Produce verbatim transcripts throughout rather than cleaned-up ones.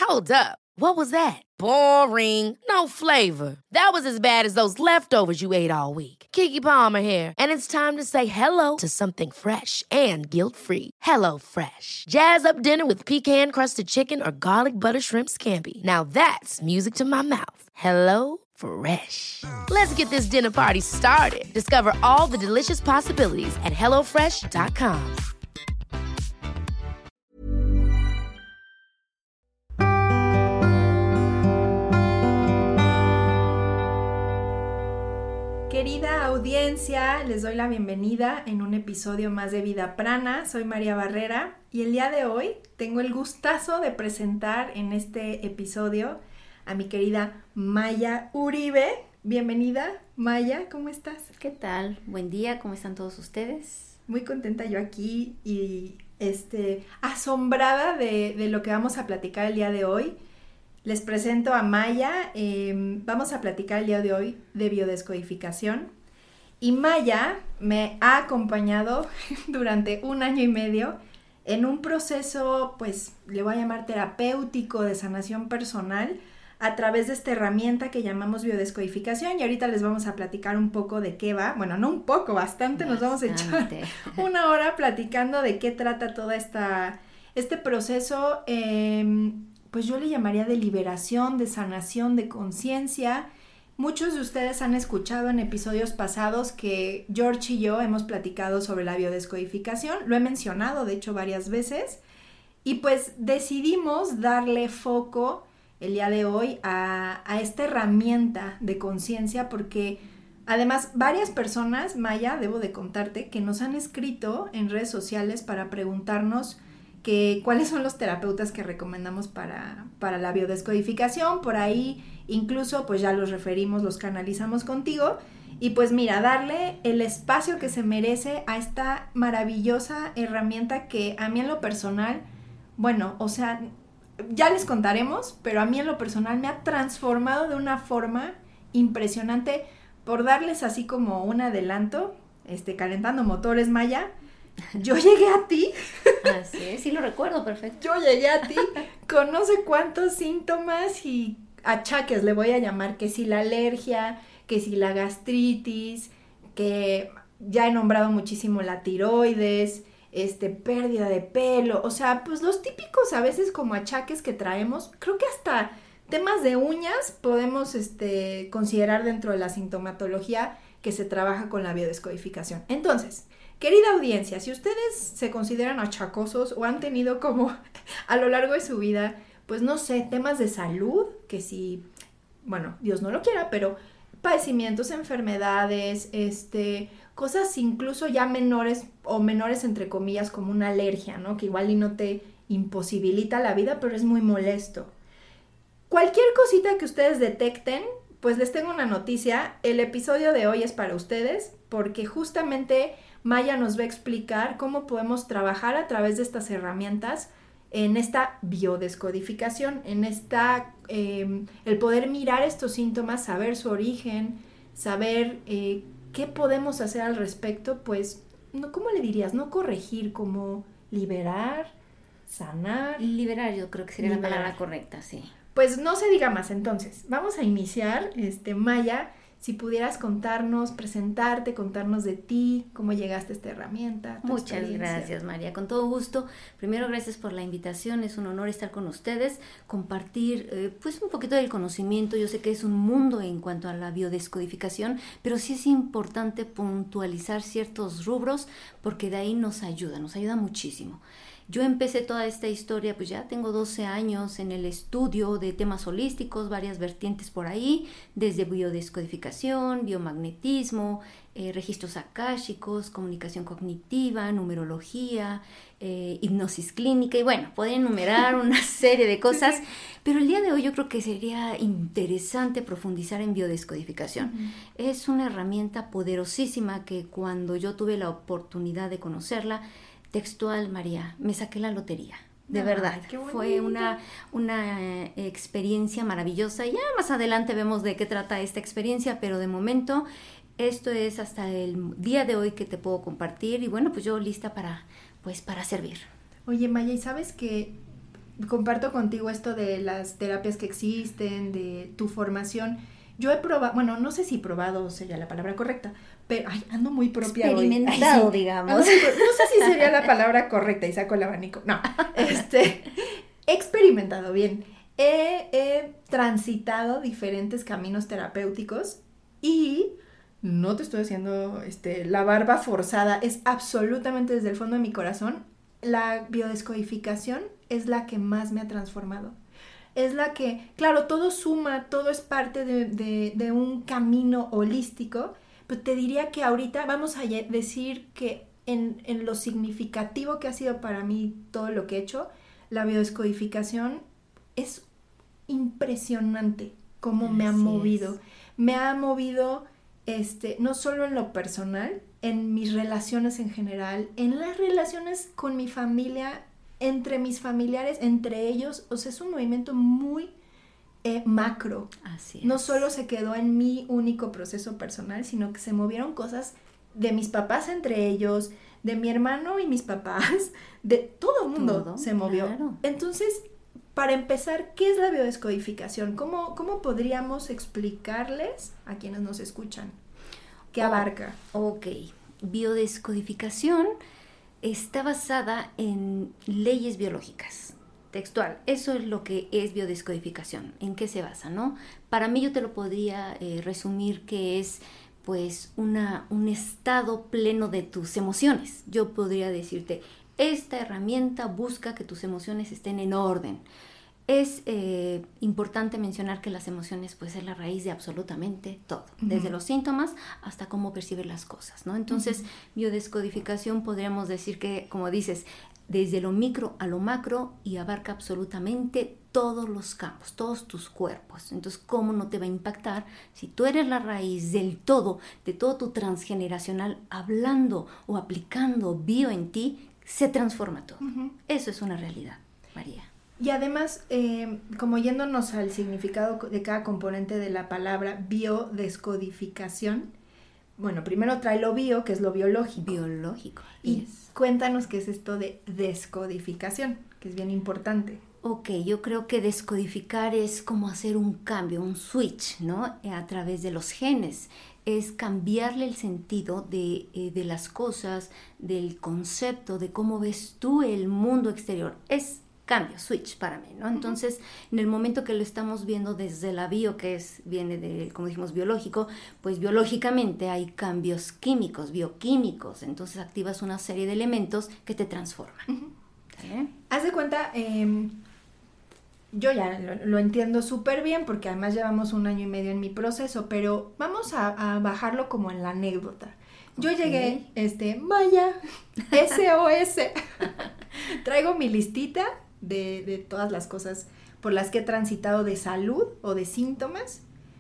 Hold up. What was that? Boring. No flavor. That was as bad as those leftovers you ate all week. Keke Palmer here, and it's time to say hello to something fresh and guilt-free. Hello Fresh. Jazz up dinner with pecan-crusted chicken or garlic butter shrimp scampi. Now that's music to my mouth. Hello Fresh. Let's get this dinner party started. Discover all the delicious possibilities at hello fresh dot com. Querida audiencia, les doy la bienvenida en un episodio más de Vida Prana. Soy María Barrera y el día de hoy tengo el gustazo de presentar en este episodio a mi querida Maya Uribe. Bienvenida, Maya, ¿cómo estás? ¿Qué tal? Buen día, ¿cómo están todos ustedes? Muy contenta yo aquí y este, asombrada de, de lo que vamos a platicar el día de hoy. Les presento a Maya, eh, vamos a platicar el día de hoy de biodescodificación y Maya me ha acompañado durante un año y medio en un proceso, pues le voy a llamar terapéutico de sanación personal a través de esta herramienta que llamamos biodescodificación y ahorita les vamos a platicar un poco de qué va, bueno, no un poco, bastante, bastante. Nos vamos a echar una hora platicando de qué trata todo esta, este proceso. Eh, pues yo le llamaría de liberación, de sanación, de conciencia. Muchos de ustedes han escuchado en episodios pasados que George y yo hemos platicado sobre la biodescodificación, lo he mencionado de hecho varias veces, y pues decidimos darle foco el día de hoy a, a esta herramienta de conciencia porque además varias personas, Maya, debo de contarte, que nos han escrito en redes sociales para preguntarnos que cuáles son los terapeutas que recomendamos para, para la biodescodificación. Por ahí incluso pues ya los referimos, los canalizamos contigo. Y pues mira, darle el espacio que se merece a esta maravillosa herramienta que a mí en lo personal, bueno, o sea, ya les contaremos, pero a mí en lo personal me ha transformado de una forma impresionante. Por darles así como un adelanto, este, calentando motores, Maya, yo llegué a ti. Así es, sí lo recuerdo, perfecto. Yo llegué a ti con no sé cuántos síntomas y achaques, le voy a llamar, que si la alergia, que si la gastritis, que ya he nombrado muchísimo la tiroides, este, pérdida de pelo, o sea, pues los típicos a veces como achaques que traemos, creo que hasta temas de uñas podemos este, considerar dentro de la sintomatología que se trabaja con la biodescodificación. Entonces, querida audiencia, si ustedes se consideran achacosos o han tenido como a lo largo de su vida, pues no sé, temas de salud, que si, bueno, Dios no lo quiera, pero padecimientos, enfermedades, este, cosas incluso ya menores o menores entre comillas como una alergia, ¿no? Que igual y no te imposibilita la vida, pero es muy molesto. Cualquier cosita que ustedes detecten, pues les tengo una noticia, el episodio de hoy es para ustedes porque justamente Maya nos va a explicar cómo podemos trabajar a través de estas herramientas en esta biodescodificación, en esta, eh, el poder mirar estos síntomas, saber su origen, saber eh, qué podemos hacer al respecto, pues, no, ¿cómo le dirías? No corregir, como liberar, sanar. Liberar, yo creo que sería liberar. La palabra correcta, sí. Pues no se diga más, entonces, vamos a iniciar, este, Maya, si pudieras contarnos, presentarte, contarnos de ti, cómo llegaste a esta herramienta. Muchas gracias, María, con todo gusto. Primero, gracias por la invitación, es un honor estar con ustedes, compartir eh, pues un poquito del conocimiento. Yo sé que es un mundo en cuanto a la biodescodificación, pero sí es importante puntualizar ciertos rubros porque de ahí nos ayuda, nos ayuda muchísimo. Yo empecé toda esta historia, pues ya tengo doce años en el estudio de temas holísticos, varias vertientes por ahí, desde biodescodificación, biomagnetismo, eh, registros akáshicos, comunicación cognitiva, numerología, eh, hipnosis clínica y bueno, pueden enumerar una serie de cosas, pero el día de hoy yo creo que sería interesante profundizar en biodescodificación. Uh-huh. Es una herramienta poderosísima que cuando yo tuve la oportunidad de conocerla, textual, María, me saqué la lotería, de Ay, verdad, fue una, una eh, experiencia maravillosa y ya más adelante vemos de qué trata esta experiencia, pero de momento esto es hasta el día de hoy que te puedo compartir y bueno, pues yo lista para, pues, para servir. Oye, Maya, ¿y sabes que comparto contigo esto de las terapias que existen, de tu formación. Yo he probado, bueno, no sé si probado sería la palabra correcta, pero ay, ando muy propia experimentado, hoy. Ay, sí. digamos. Ando muy, no sé si sería la palabra correcta y saco el abanico. No, este, he experimentado bien. He, he transitado diferentes caminos terapéuticos y no te estoy haciendo este, la barba forzada, es absolutamente desde el fondo de mi corazón. La biodescodificación es la que más me ha transformado. Es la que, claro, todo suma, todo es parte de, de, de un camino holístico, pero te diría que ahorita vamos a decir que en, en lo significativo que ha sido para mí todo lo que he hecho, la biodescodificación es impresionante cómo me ha movido. Me ha movido este, no solo en lo personal, en mis relaciones en general, en las relaciones con mi familia, entre mis familiares, entre ellos. O sea, es un movimiento muy eh, macro. Así es. No solo se quedó en mi único proceso personal, sino que se movieron cosas de mis papás entre ellos, de mi hermano y mis papás, de todo el mundo todo, se movió. Claro. Entonces, para empezar, ¿qué es la biodescodificación? ¿Cómo, cómo podríamos explicarles a quienes nos escuchan? ¿Qué oh, abarca? Ok, biodescodificación está basada en leyes biológicas, textual. Eso es lo que es biodescodificación. ¿En qué se basa, no? Para mí yo te lo podría eh, resumir que es pues una, un estado pleno de tus emociones. Yo podría decirte, esta herramienta busca que tus emociones estén en orden. Es eh, importante mencionar que las emociones pues es la raíz de absolutamente todo, uh-huh. desde los síntomas hasta cómo percibir las cosas, ¿no? Entonces, uh-huh. biodescodificación podríamos decir que, como dices, desde lo micro a lo macro y abarca absolutamente todos los campos, todos tus cuerpos. Entonces, ¿cómo no te va a impactar si tú eres la raíz del todo, de todo tu transgeneracional, hablando o aplicando bio en ti, se transforma todo? Uh-huh. Eso es una realidad, María. Y además, eh, como yéndonos al significado de cada componente de la palabra biodescodificación, bueno, primero trae lo bio, que es lo biológico. Biológico. Y yes. cuéntanos qué es esto de descodificación, que es bien importante. Ok, yo creo que descodificar es como hacer un cambio, un switch, ¿no? A través de los genes. Es cambiarle el sentido de, eh, de las cosas, del concepto, de cómo ves tú el mundo exterior. Es cambio, switch para mí, ¿no? Entonces, uh-huh. en el momento que lo estamos viendo desde la bio, que es, viene de, como dijimos, biológico, pues biológicamente hay cambios químicos, bioquímicos, entonces activas una serie de elementos que te transforman. Uh-huh. ¿Sí? Haz de cuenta, eh, yo ya lo, lo entiendo súper bien, porque además llevamos un año y medio en mi proceso, pero vamos a, a bajarlo como en la anécdota. Yo okay. llegué, este, vaya, S O S, traigo mi listita De, de todas las cosas por las que he transitado de salud o de síntomas.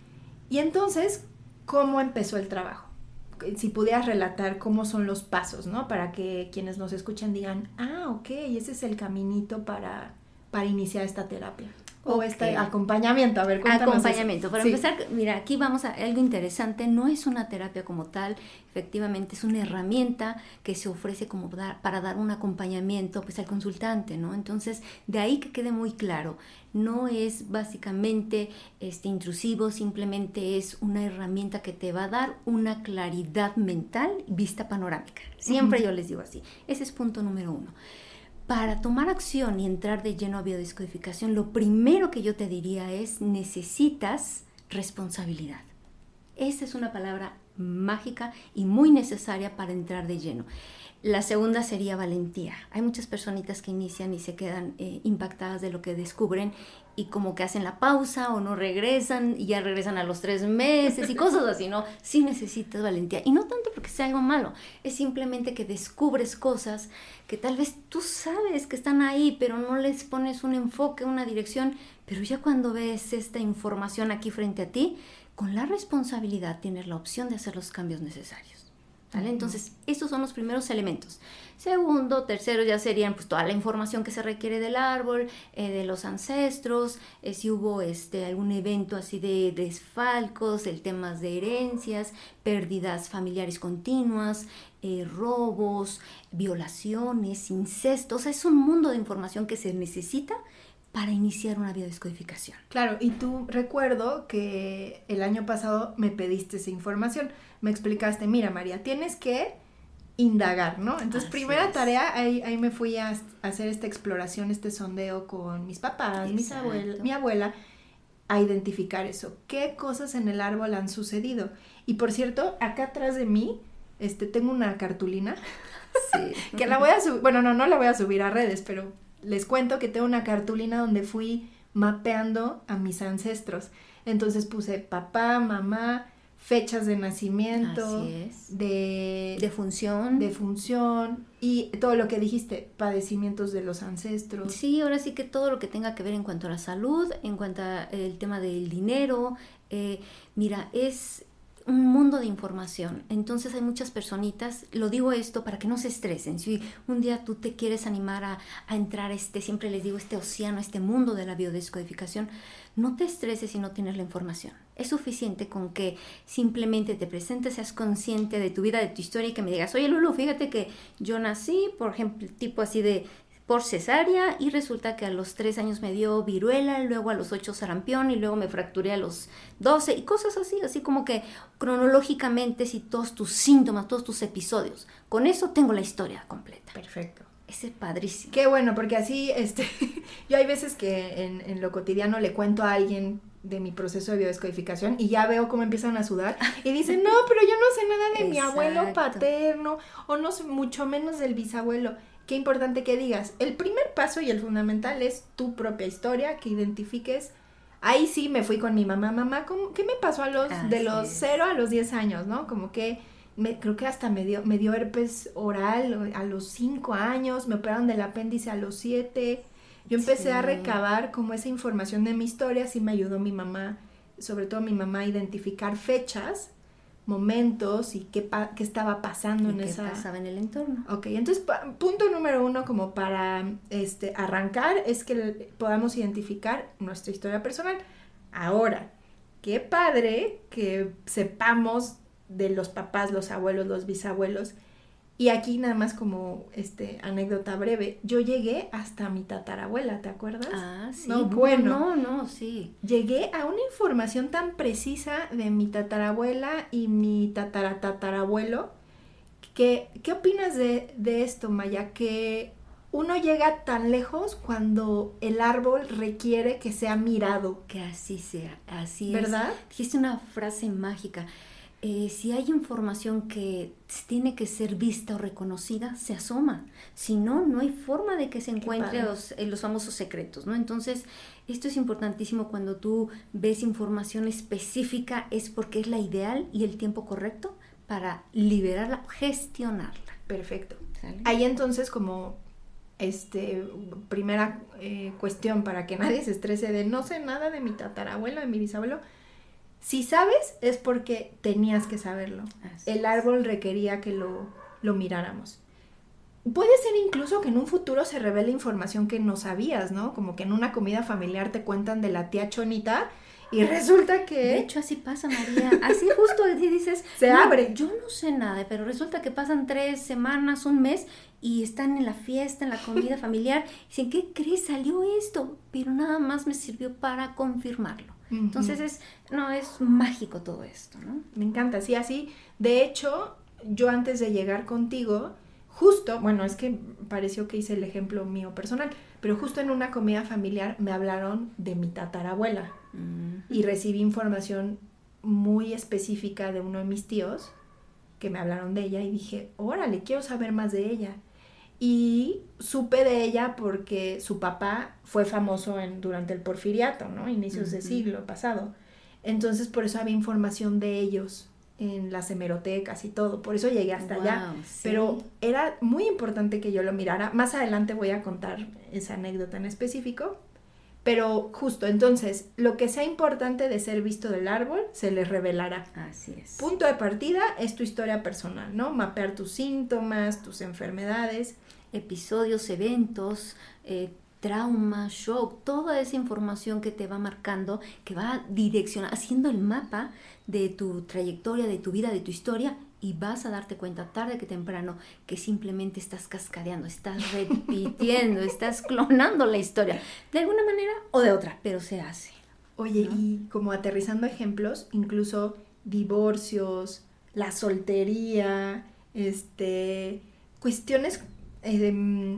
Y entonces, ¿cómo empezó el trabajo? Si pudieras relatar cómo son los pasos, ¿no? Para que quienes nos escuchan digan, ah, ok, ese es el caminito para, para iniciar esta terapia. O okay. este acompañamiento, a ver, cuéntanos. Acompañamiento. Eso. Para sí. empezar, mira, aquí vamos a algo interesante, no es una terapia como tal, efectivamente es una herramienta que se ofrece como dar, para dar un acompañamiento pues al consultante, ¿no? Entonces, de ahí que quede muy claro, no es básicamente este, intrusivo, simplemente es una herramienta que te va a dar una claridad mental, vista panorámica. Siempre uh-huh. yo les digo así. Ese es punto número uno. Para tomar acción y entrar de lleno a biodescodificación, lo primero que yo te diría es necesitas responsabilidad. Esa es una palabra mágica y muy necesaria para entrar de lleno. La segunda sería valentía. Hay muchas personitas que inician y se quedan eh, impactadas de lo que descubren y como que hacen la pausa o no regresan y ya regresan a los tres meses y cosas así, ¿no? Sí necesitas valentía. Y no tanto porque sea algo malo, es simplemente que descubres cosas que tal vez tú sabes que están ahí, pero no les pones un enfoque, una dirección, pero ya cuando ves esta información aquí frente a ti, con la responsabilidad tienes la opción de hacer los cambios necesarios. ¿Vale? Entonces, estos son los primeros elementos. Segundo, tercero, ya serían pues toda la información que se requiere del árbol, eh, de los ancestros, eh, si hubo este, algún evento así de desfalcos, el temas de herencias, pérdidas familiares continuas, eh, robos, violaciones, incestos. Es un mundo de información que se necesita para iniciar una biodescodificación. Claro, y tú recuerdo que el año pasado me pediste esa información, me explicaste, mira María, tienes que indagar, ¿no? Entonces, Así primera es. tarea, ahí, ahí me fui a, a hacer esta exploración, este sondeo con mis papás, mis Exacto. abuelas, mi abuela, a identificar eso, qué cosas en el árbol han sucedido. Y por cierto, acá atrás de mí, este, tengo una cartulina, Sí. que la voy a subir, bueno, no, no la voy a subir a redes, pero les cuento que tengo una cartulina donde fui mapeando a mis ancestros. Entonces puse papá, mamá, fechas de nacimiento, Así es. de, De función. de función y todo lo que dijiste, padecimientos de los ancestros. Sí, ahora sí que todo lo que tenga que ver en cuanto a la salud, en cuanto al tema del dinero, eh, mira, es un mundo de información. Entonces hay muchas personitas, lo digo esto para que no se estresen. Si un día tú te quieres animar a, a entrar a este, siempre les digo, este océano, este mundo de la biodescodificación, no te estreses si no tienes la información. Es suficiente con que simplemente te presentes, seas consciente de tu vida, de tu historia y que me digas, oye Lulu, fíjate que yo nací, por ejemplo, tipo así de por cesárea y resulta que a los tres años me dio viruela, luego a los ocho sarampión y luego me fracturé a los doce y cosas así, así como que cronológicamente si todos tus síntomas, todos tus episodios, con eso tengo la historia completa. Perfecto. Ese es padrísimo. Qué bueno, porque así, este, yo hay veces que en, en lo cotidiano le cuento a alguien de mi proceso de biodescodificación y ya veo cómo empiezan a sudar y dicen, no, pero yo no sé nada de mi abuelo Exacto. paterno o no sé mucho menos del bisabuelo. Qué importante que digas, el primer paso y el fundamental es tu propia historia, que identifiques. Ahí sí me fui con mi mamá, mamá, ¿cómo, ¿qué me pasó a los, Así de los es. cero a los diez años, ¿no? Como que me, creo que hasta me dio, me dio herpes oral a los cinco años, me operaron del apéndice a los siete. Yo empecé Sí. a recabar como esa información de mi historia, sí me ayudó mi mamá, sobre todo mi mamá, a identificar fechas, momentos y qué, pa- qué estaba pasando ¿Y en qué esa... pasaba en el entorno? Ok, entonces pa- punto número uno como para este, arrancar es que le- podamos identificar nuestra historia personal. Ahora, qué padre que sepamos de los papás, los abuelos, los bisabuelos. Y aquí nada más como este, anécdota breve, yo llegué hasta mi tatarabuela, ¿te acuerdas? Ah, sí. No, bueno. No, no, sí. Llegué a una información tan precisa de mi tatarabuela y mi tataratatarabuelo. ¿Qué, qué opinas de, de esto, Maya? Que uno llega tan lejos cuando el árbol requiere que sea mirado, Que así sea, así ¿verdad? es. Dijiste una frase mágica. Eh, si hay información que tiene que ser vista o reconocida, se asoma. Si no, no hay forma de que se encuentre los, eh, los famosos secretos, ¿no? Entonces, esto es importantísimo cuando tú ves información específica, es porque es la ideal y el tiempo correcto para liberarla, gestionarla. Perfecto. ¿Sale? Ahí entonces como este primera eh, cuestión para que nadie se estrese de no sé nada de mi tatarabuelo, de mi bisabuelo. Si sabes es porque tenías que saberlo. Así El es. árbol requería que lo, lo miráramos. Puede ser incluso que en un futuro se revele información que no sabías, ¿no? Como que en una comida familiar te cuentan de la tía Chonita y resulta que... De hecho, así pasa, María. Así justo así dices... Se no, abre. Yo no sé nada, pero resulta que pasan tres semanas, un mes, y están en la fiesta, en la comida familiar, y dicen, ¿qué crees? Salió esto, pero nada más me sirvió para confirmarlo. Ujú. Entonces, es no es mágico todo esto, ¿no? Me encanta, sí, así. De hecho, yo antes de llegar contigo, justo, bueno, es que pareció que hice el ejemplo mío personal, pero justo en una comida familiar me hablaron de mi tatarabuela Mm. y recibí información muy específica de uno de mis tíos que me hablaron de ella y dije, órale, quiero saber más de ella. Y supe de ella porque su papá fue famoso en, durante el Porfiriato, ¿no? Inicios de Ujú. siglo pasado. Entonces, por eso había información de ellos en las hemerotecas y todo. Por eso llegué hasta allá. Guau, sí. Pero era muy importante que yo lo mirara. Más adelante voy a contar esa anécdota en específico. Pero justo, entonces, lo que sea importante de ser visto del árbol, se les revelará. Así es. Punto de partida es tu historia personal, ¿no? Mapear tus síntomas, tus enfermedades. Episodios, eventos, eh, trauma, shock, toda esa información que te va marcando, que va direccionando, haciendo el mapa de tu trayectoria, de tu vida, de tu historia, y vas a darte cuenta tarde que temprano que simplemente estás cascadeando, estás repitiendo, estás clonando la historia, de alguna manera o de otra, pero se hace. Oye, ¿no? Y como aterrizando ejemplos, incluso divorcios, la soltería, este, cuestiones, eh,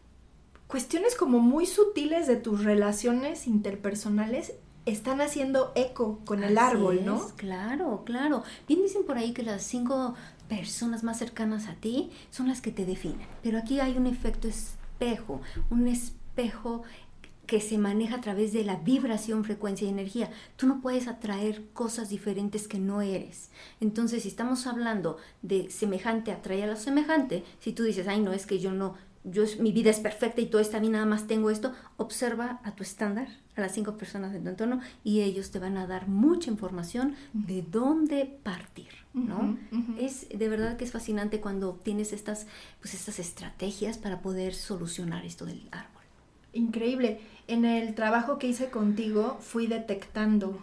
cuestiones como muy sutiles de tus relaciones interpersonales están haciendo eco con el Así árbol, es, ¿no? Claro, claro. Bien dicen por ahí que las cinco personas más cercanas a ti son las que te definen, pero aquí hay un efecto espejo, un espejo que se maneja a través de la vibración, frecuencia y energía. Tú no puedes atraer cosas diferentes que no eres. Entonces, si estamos hablando de semejante atrae a lo semejante, si tú dices, ay, no, es que yo no, yo mi vida es perfecta y todo está bien, nada más tengo esto, observa a tu estándar, a las cinco personas de tu entorno, y ellos te van a dar mucha información de dónde partir, ¿no? Uh-huh, uh-huh. Es de verdad que es fascinante cuando tienes estas, pues, estas estrategias para poder solucionar esto del árbol. Increíble. En el trabajo que hice contigo fui detectando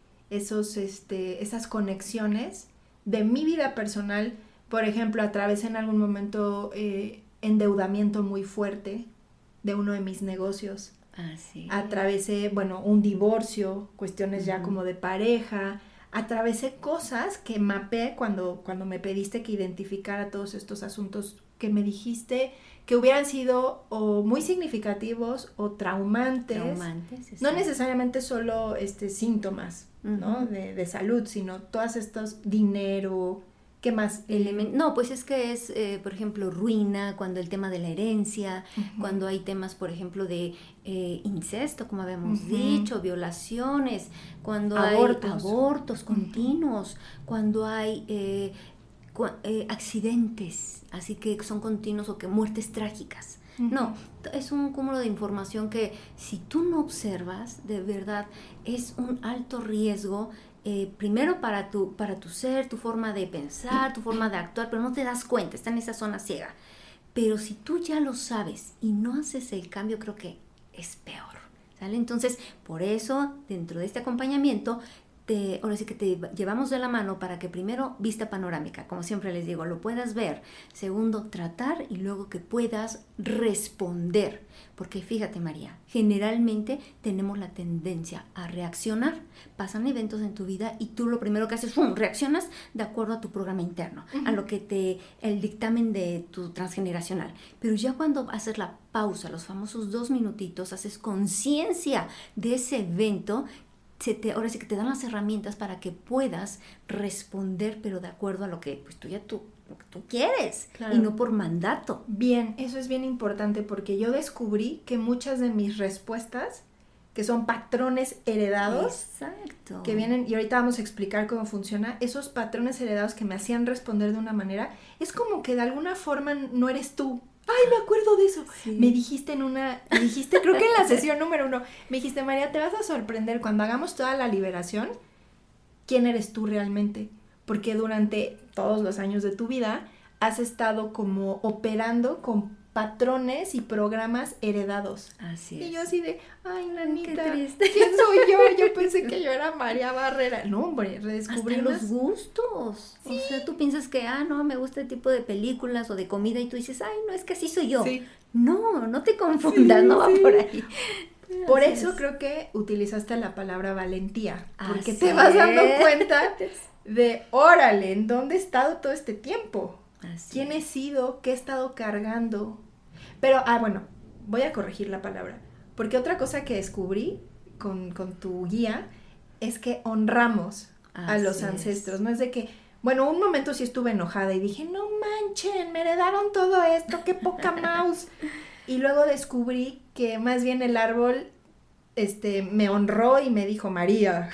esos, este, esas conexiones de mi vida personal. Por ejemplo, atravesé en algún momento eh, endeudamiento muy fuerte de uno de mis negocios. Ah, sí. Atravesé, bueno, un divorcio, cuestiones Uh-huh. ya como de pareja. Atravesé cosas que mapeé cuando, cuando me pediste que identificara todos estos asuntos que me dijiste que hubieran sido o muy significativos o traumantes. Traumantes, No necesariamente solo este, síntomas, uh-huh. ¿no? de, de salud, sino todos estos dinero. ¿Qué más? Elemen- no, pues es que es, eh, por ejemplo, ruina, cuando el tema de la herencia, uh-huh. cuando hay temas, por ejemplo, de eh, incesto, como habíamos uh-huh. dicho, violaciones, cuando abortos. hay abortos continuos, uh-huh. cuando hay eh, cu- eh, accidentes, así que son continuos o que muertes trágicas. Uh-huh. No, es un cúmulo de información que si tú no observas, de verdad, es un alto riesgo. Eh, primero para tu, para tu ser, tu forma de pensar, tu forma de actuar, pero no te das cuenta, está en esa zona ciega. Pero si tú ya lo sabes y no haces el cambio, creo que es peor, ¿sale? Entonces, por eso, dentro de este acompañamiento, te, ahora sí que te llevamos de la mano para que primero, vista panorámica, como siempre les digo, lo puedas ver. Segundo, tratar y luego que puedas responder. Porque fíjate, María, generalmente tenemos la tendencia a reaccionar. Pasan eventos en tu vida y tú lo primero que haces, ¡pum!, reaccionas de acuerdo a tu programa interno, uh-huh. a lo que te, el dictamen de tu transgeneracional. Pero ya cuando haces la pausa, los famosos dos minutitos, haces conciencia de ese evento, Se te, ahora sí que te dan las herramientas para que puedas responder, pero de acuerdo a lo que pues tú ya tú, lo que tú quieres, claro. y no por mandato. Bien, eso es bien importante porque yo descubrí que muchas de mis respuestas, que son patrones heredados, Exacto. que vienen, y ahorita vamos a explicar cómo funciona, esos patrones heredados que me hacían responder de una manera, es como que de alguna forma no eres tú. Ay, me acuerdo de eso. Sí. Me dijiste en una, me dijiste, creo que en la sesión número uno, me dijiste, María, te vas a sorprender cuando hagamos toda la liberación, ¿quién eres tú realmente? Porque durante todos los años de tu vida has estado como operando con patrones y programas heredados. Así es. Y yo así de, ay, nanita, qué triste. ¿Quién soy yo? Yo pensé que yo era María Barrera. No, hombre, redescubrí hasta los gustos. Sí. O sea, tú piensas que, ah, no, me gusta este tipo de películas o de comida y tú dices, ay, no, es que así soy yo. Sí. No, no te confundas, sí, no va sí. por ahí. Por así eso es. Creo que utilizaste la palabra valentía, porque así te vas dando es. cuenta de, órale, ¿en dónde he estado todo este tiempo? Así ¿Quién es. he sido? ¿Qué he estado cargando? Pero, ah, bueno, voy a corregir la palabra, porque otra cosa que descubrí con, con tu guía es que honramos así a los ancestros, es. No es de que, bueno, un momento sí estuve enojada y dije, no manchen, me heredaron todo esto, qué poca mouse. Y luego descubrí que más bien el árbol este, me honró y me dijo, María,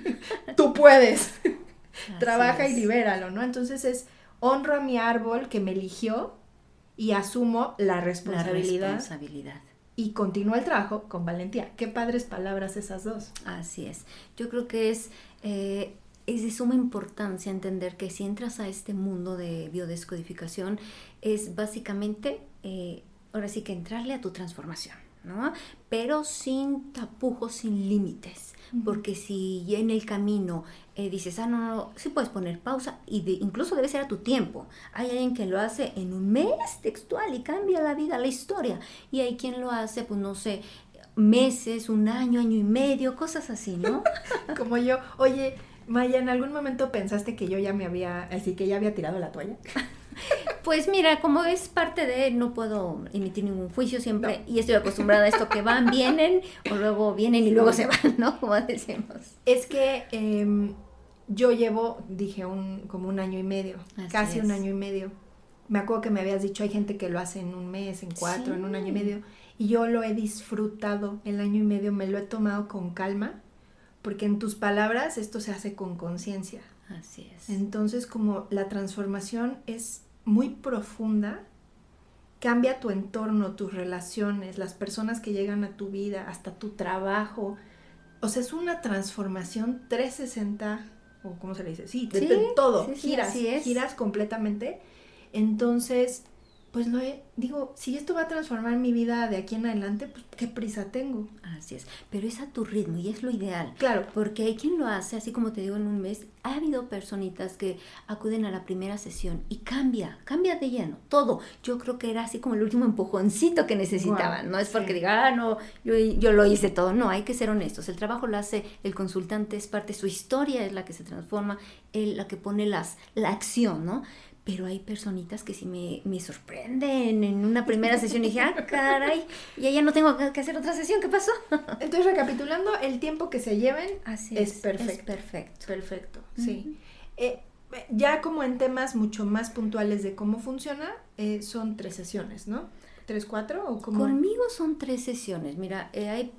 tú puedes, trabaja es. y libéralo, ¿no? Entonces es, honro a mi árbol que me eligió y asumo la responsabilidad. La responsabilidad. Y continúo el trabajo con valentía. Qué padres palabras esas dos. Así es. Yo creo que es... Eh, es de suma importancia entender que si entras a este mundo de biodescodificación es básicamente, eh, ahora sí que entrarle a tu transformación, ¿no? Pero sin tapujos, sin límites. Uh-huh. Porque si en el camino eh, dices, ah, no, no, sí puedes poner pausa y de, incluso debe ser a tu tiempo. Hay alguien que lo hace en un mes textual y cambia la vida, la historia. Y hay quien lo hace, pues no sé, meses, un año, año y medio, cosas así, ¿no? Como yo. Oye, Maya, ¿en algún momento pensaste que yo ya me había, así que ya había tirado la toalla? Pues mira, como es parte de, no puedo emitir ningún juicio siempre, no. Y estoy acostumbrada a esto que van, vienen, o luego vienen y luego se van, ¿no? Como decimos. Es que eh, yo llevo, dije, un como un año y medio, Así casi es. un año y medio. Me acuerdo que me habías dicho, hay gente que lo hace en un mes, en cuatro, sí. en un año y medio, y yo lo he disfrutado el año y medio, me lo he tomado con calma, porque en tus palabras esto se hace con conciencia. Así es. Entonces, como la transformación es muy profunda, cambia tu entorno, tus relaciones, las personas que llegan a tu vida, hasta tu trabajo. O sea, es una transformación trescientos sesenta, o ¿cómo se le dice? Sí, de, sí, de todo, sí, sí, giras, así es. giras completamente. Entonces, pues lo he, digo, si esto va a transformar mi vida de aquí en adelante, pues qué prisa tengo. Así es, pero es a tu ritmo y es lo ideal. Claro. Porque hay quien lo hace, así como te digo, en un mes. Ha habido personitas que acuden a la primera sesión y cambia, cambia de lleno, todo. Yo creo que era así como el último empujoncito que necesitaban. Wow, no es porque sí. diga, ah, no, yo, yo lo hice todo. No, hay que ser honestos. El trabajo lo hace el consultante, es parte, su historia es la que se transforma, él la que pone las, la acción, ¿no? Pero hay personitas que sí me, me sorprenden. En una primera sesión y dije, ah, caray, ya ya no tengo que hacer otra sesión, ¿qué pasó? Entonces, recapitulando, el tiempo que se lleven Así es, es perfecto. Es perfecto. Perfecto, Uh-huh. sí. Eh, ya como en temas mucho más puntuales de cómo funciona, eh, son tres sesiones, ¿no? ¿Tres, cuatro? ¿O cómo? Conmigo son tres sesiones. Mira, eh, hay,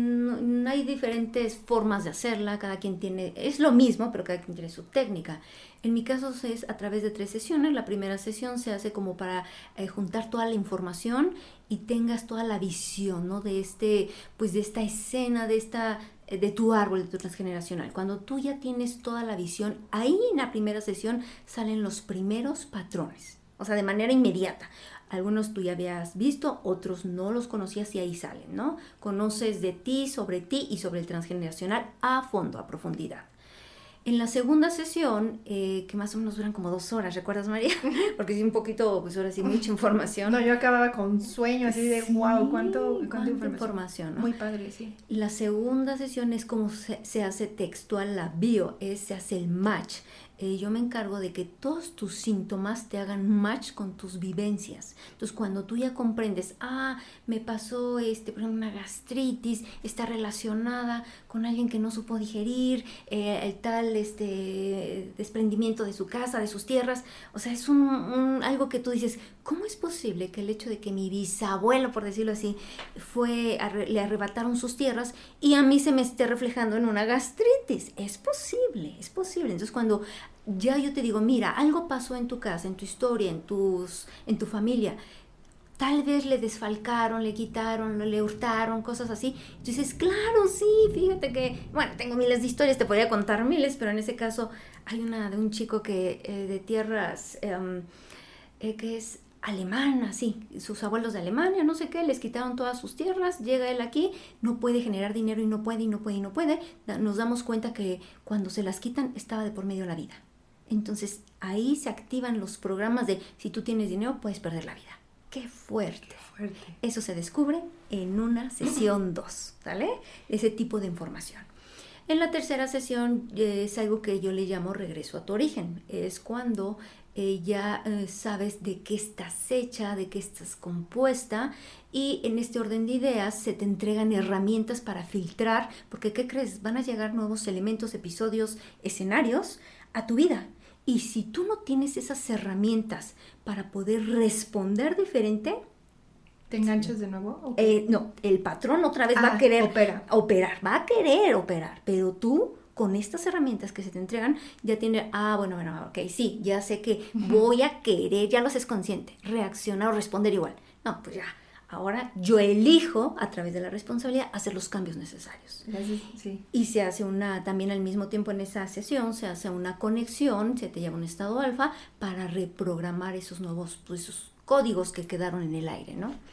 mm, hay diferentes formas de hacerla, cada quien tiene, es lo mismo, pero cada quien tiene su técnica. En mi caso es a través de tres sesiones. La primera sesión se hace como para eh, juntar toda la información y tengas toda la visión, ¿no? De este, pues de esta escena, de esta, de tu árbol, de tu transgeneracional. Cuando tú ya tienes toda la visión, ahí en la primera sesión salen los primeros patrones, o sea, de manera inmediata. Algunos tú ya habías visto, otros no los conocías y ahí salen, ¿no? Conoces de ti, sobre ti y sobre el transgeneracional a fondo, a profundidad. En la segunda sesión, eh, que más o menos duran como dos horas, ¿recuerdas, María? Porque sí, un poquito, pues ahora sí, mucha información. No, yo acababa con sueño, así de, sí, wow, ¿cuánto, cuánta información? información, ¿no? Muy padre, sí. La segunda sesión es como se, se hace textual la bio, es, se hace el match. Eh, yo me encargo de que todos tus síntomas te hagan match con tus vivencias. Entonces, cuando tú ya comprendes, ah, me pasó este, por ejemplo, una gastritis, está relacionada con alguien que no supo digerir, eh, el tal este, desprendimiento de su casa, de sus tierras. O sea, es un, un, algo que tú dices, ¿cómo es posible que el hecho de que mi bisabuelo, por decirlo así, fue arre, le arrebataron sus tierras y a mí se me esté reflejando en una gastritis? Es posible, es posible. Entonces, cuando ya yo te digo, mira, algo pasó en tu casa, en tu historia, en, tus, en tu familia, tal vez le desfalcaron, le quitaron, le hurtaron, cosas así. Entonces, claro, sí, fíjate que, bueno, tengo miles de historias, te podría contar miles, pero en ese caso hay una de un chico que eh, de tierras, eh, eh, que es alemana, sí, sus abuelos de Alemania, no sé qué, les quitaron todas sus tierras, llega él aquí, no puede generar dinero y no puede, y no puede, y no puede. Nos damos cuenta que cuando se las quitan estaba de por medio la vida. Entonces, ahí se activan los programas de si tú tienes dinero, puedes perder la vida. ¡Qué fuerte! Qué fuerte. Eso se descubre en una sesión dos, ¿sale? Ese tipo de información. En la tercera sesión eh, es algo que yo le llamo regreso a tu origen. Es cuando eh, ya eh, sabes de qué estás hecha, de qué estás compuesta, y en este orden de ideas se te entregan herramientas para filtrar, porque ¿qué crees? Van a llegar nuevos elementos, episodios, escenarios a tu vida. Y si tú no tienes esas herramientas para poder responder diferente, ¿te enganchas de nuevo? Okay. Eh, no, el patrón otra vez ah, va a querer opera. operar, va a querer operar, pero tú con estas herramientas que se te entregan ya tienes, ah, bueno, bueno, ok, sí, ya sé que uh-huh. voy a querer, ya lo haces consciente, reaccionar o responder igual. No, pues ya, ahora yo elijo a través de la responsabilidad hacer los cambios necesarios. Gracias, sí. Y se hace una, también al mismo tiempo en esa sesión, se hace una conexión, se te lleva un estado alfa para reprogramar esos nuevos, pues, esos códigos que quedaron en el aire, ¿no?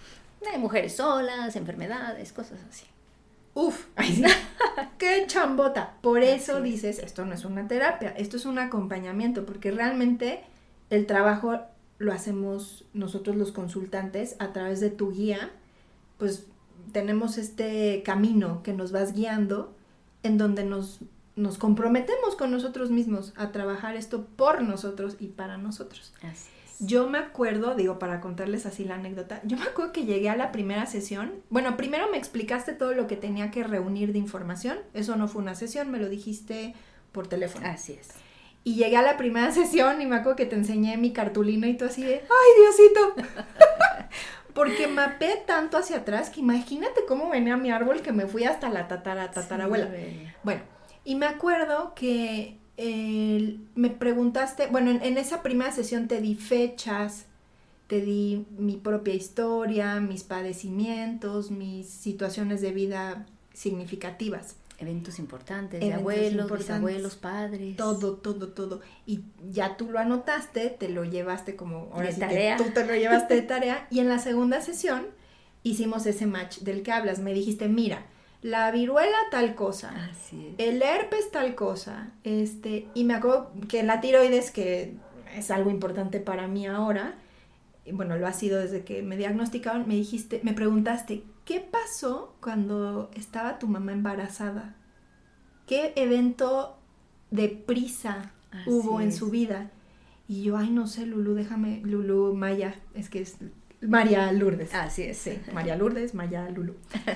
De mujeres solas, enfermedades, cosas así. Uf, ay, sí. ¡Qué chambota! Por eso Así dices, esto no es una terapia, esto es un acompañamiento, porque realmente el trabajo lo hacemos nosotros los consultantes a través de tu guía, pues tenemos este camino que nos vas guiando, en donde nos, nos comprometemos con nosotros mismos a trabajar esto por nosotros y para nosotros. Así es. Yo me acuerdo, digo, para contarles así la anécdota, yo me acuerdo que llegué a la primera sesión, bueno, primero me explicaste todo lo que tenía que reunir de información, eso no fue una sesión, me lo dijiste por teléfono. Así es. Y llegué a la primera sesión y me acuerdo que te enseñé mi cartulina y tú así de, ¡ay, Diosito! Porque mapeé tanto hacia atrás que imagínate cómo venía mi árbol que me fui hasta la tatara, tatarabuela. Sí, bueno, y me acuerdo que eh, me preguntaste, bueno, en, en esa primera sesión te di fechas, te di mi propia historia, mis padecimientos, mis situaciones de vida significativas. Eventos importantes, Eventos de abuelos, importantes, abuelos, padres. Todo, todo, todo. Y ya tú lo anotaste, te lo llevaste como... Ahora de sí tarea. Que tú te lo llevaste de tarea. Y en la segunda sesión hicimos ese match del que hablas. Me dijiste, mira, la viruela tal cosa. Así es. El herpes tal cosa. Este, y me acuerdo que la tiroides, que es algo importante para mí ahora, y bueno, lo ha sido desde que me diagnosticaron, me dijiste, me preguntaste, ¿qué pasó cuando estaba tu mamá embarazada? ¿Qué evento de prisa Así hubo en es. su vida? Y yo, ay, no sé, Lulú, déjame, Lulú, Maya, es que es María Lourdes. Así es. Sí, María Lourdes, Maya, Lulú.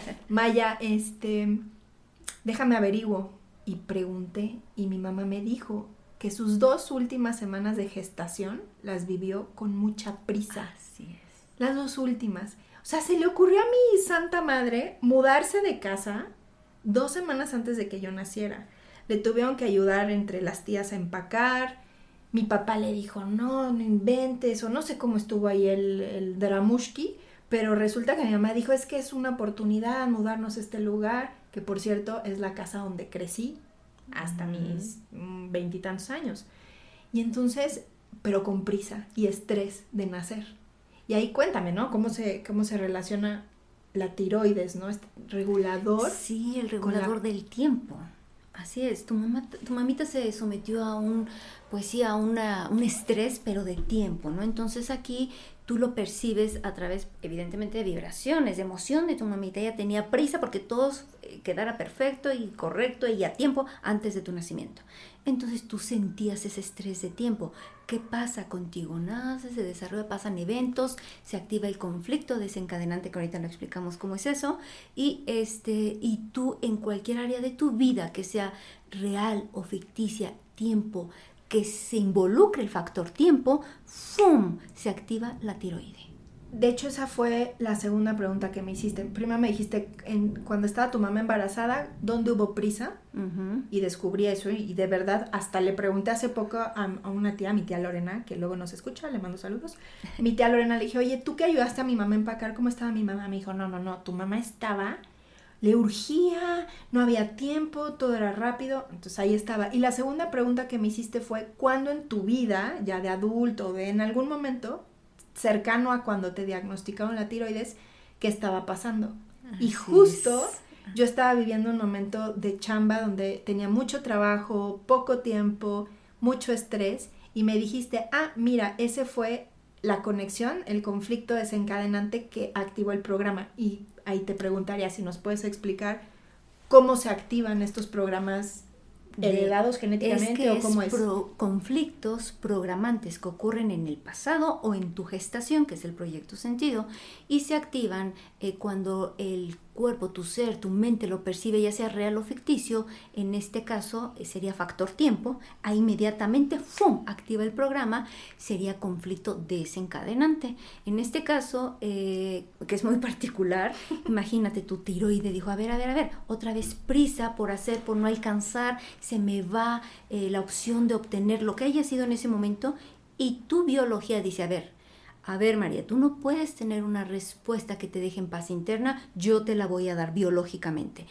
Maya, este, déjame averiguo. Y pregunté, y mi mamá me dijo que sus dos últimas semanas de gestación las vivió con mucha prisa. Así es. Las dos últimas. O sea, se le ocurrió a mi santa madre mudarse de casa dos semanas antes de que yo naciera. Le tuvieron que ayudar entre las tías a empacar. Mi papá le dijo, no, no inventes, o no sé cómo estuvo ahí el, el dramushki, pero resulta que mi mamá dijo, es que es una oportunidad mudarnos a este lugar, que por cierto es la casa donde crecí hasta uh-huh. mis veintitantos años. Y entonces, pero con prisa y estrés de nacer. Y ahí cuéntame, ¿no? ¿Cómo se, cómo se relaciona la tiroides, ¿no? Este regulador. Sí, el regulador la... del tiempo. Así es. Tu mamá, tu mamita se sometió a un, pues sí, a una, un estrés, pero de tiempo, ¿no? Entonces aquí tú lo percibes a través, evidentemente, de vibraciones, de emoción de tu mamita. Ella tenía prisa porque todo quedara perfecto y correcto y a tiempo antes de tu nacimiento. Entonces tú sentías ese estrés de tiempo. ¿Qué pasa contigo? Nace, se desarrolla, pasan eventos, se activa el conflicto desencadenante, que ahorita lo explicamos cómo es eso, y, este, y tú en cualquier área de tu vida, que sea real o ficticia, tiempo, que se involucre el factor tiempo, ¡fum!, se activa la tiroide. De hecho, esa fue la segunda pregunta que me hiciste. Primero me dijiste, en, cuando estaba tu mamá embarazada, ¿dónde hubo prisa? Uh-huh. Y descubrí eso, y de verdad, hasta le pregunté hace poco a, a una tía, mi tía Lorena, que luego nos escucha, le mando saludos. Mi tía Lorena le dije, oye, ¿tú que ayudaste a mi mamá a empacar? ¿Cómo estaba mi mamá? Me dijo, no, no, no, tu mamá estaba, le urgía, no había tiempo, todo era rápido. Entonces ahí estaba. Y la segunda pregunta que me hiciste fue, ¿cuándo en tu vida, ya de adulto, de en algún momento cercano a cuando te diagnosticaron la tiroides, qué estaba pasando? Así y justo es. Yo estaba viviendo un momento de chamba donde tenía mucho trabajo, poco tiempo, mucho estrés, y me dijiste, ah, mira, ese fue la conexión, el conflicto desencadenante que activó el programa. Y ahí te preguntaría si nos puedes explicar cómo se activan estos programas heredados genéticamente, es que o cómo es, es pro, conflictos programantes que ocurren en el pasado o en tu gestación, que es el proyecto sentido, y se activan eh, cuando el cuerpo, tu ser, tu mente lo percibe, ya sea real o ficticio. En este caso eh, sería factor tiempo. Ahí inmediatamente ¡fum!, activa el programa. Sería conflicto desencadenante. En este caso, eh, que es muy particular, imagínate, tu tiroide dijo, a ver, a ver, a ver, otra vez prisa por hacer, por no alcanzar, se me va eh, la opción de obtener lo que haya sido en ese momento, y tu biología dice, a ver, a ver, María, tú no puedes tener una respuesta que te deje en paz interna, yo te la voy a dar biológicamente.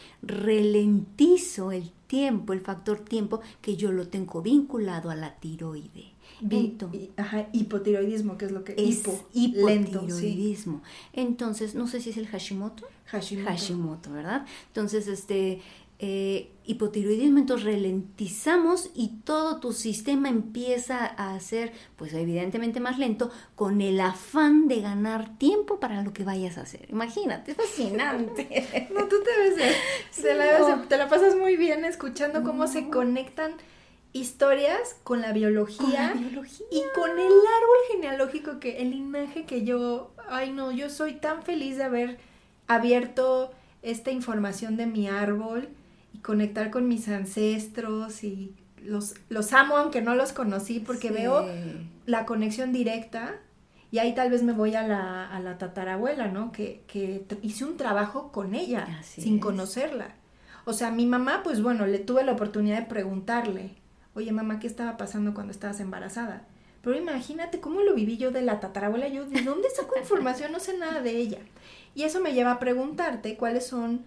Ralentizo el tiempo, el factor tiempo, que yo lo tengo vinculado a la tiroide. Vi, y, ajá, hipotiroidismo, que es lo que... Es hipo, hipotiroidismo. Lento, sí. Entonces, no sé si es el Hashimoto. Hashimoto. Hashimoto, ¿verdad? Entonces, este... Eh, hipotiroidismo, entonces ralentizamos y todo tu sistema empieza a ser, pues evidentemente más lento, con el afán de ganar tiempo para lo que vayas a hacer. Imagínate, es fascinante. No, tú te ves, sí, te, la, no. te la pasas muy bien escuchando cómo no. se conectan historias con la, biología, con la biología y con el árbol genealógico, que el linaje que yo, ay no, yo soy tan feliz de haber abierto esta información de mi árbol y conectar con mis ancestros, y los, los amo aunque no los conocí, porque sí. veo la conexión directa, y ahí tal vez me voy a la, a la tatarabuela, ¿no? Que, que hice un trabajo con ella, Así sin es. conocerla. O sea, mi mamá, pues bueno, le tuve la oportunidad de preguntarle, oye mamá, ¿qué estaba pasando cuando estabas embarazada? Pero imagínate cómo lo viví yo de la tatarabuela, yo de dónde saco información, no sé nada de ella. Y eso me lleva a preguntarte cuáles son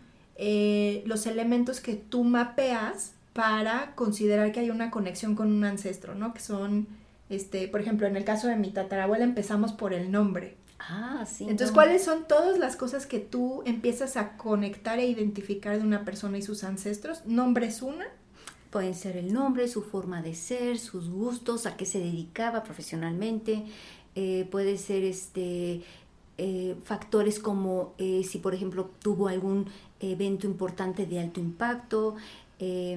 eh, los elementos que tú mapeas para considerar que hay una conexión con un ancestro, ¿no? Que son, este, por ejemplo, en el caso de mi tatarabuela empezamos por el nombre. Ah, sí. Entonces, no. ¿cuáles son todas las cosas que tú empiezas a conectar e identificar de una persona y sus ancestros? ¿Nombre es una? Pueden ser el nombre, su forma de ser, sus gustos, a qué se dedicaba profesionalmente. Eh, puede ser este... Eh, factores como eh, si por ejemplo tuvo algún evento importante de alto impacto, eh,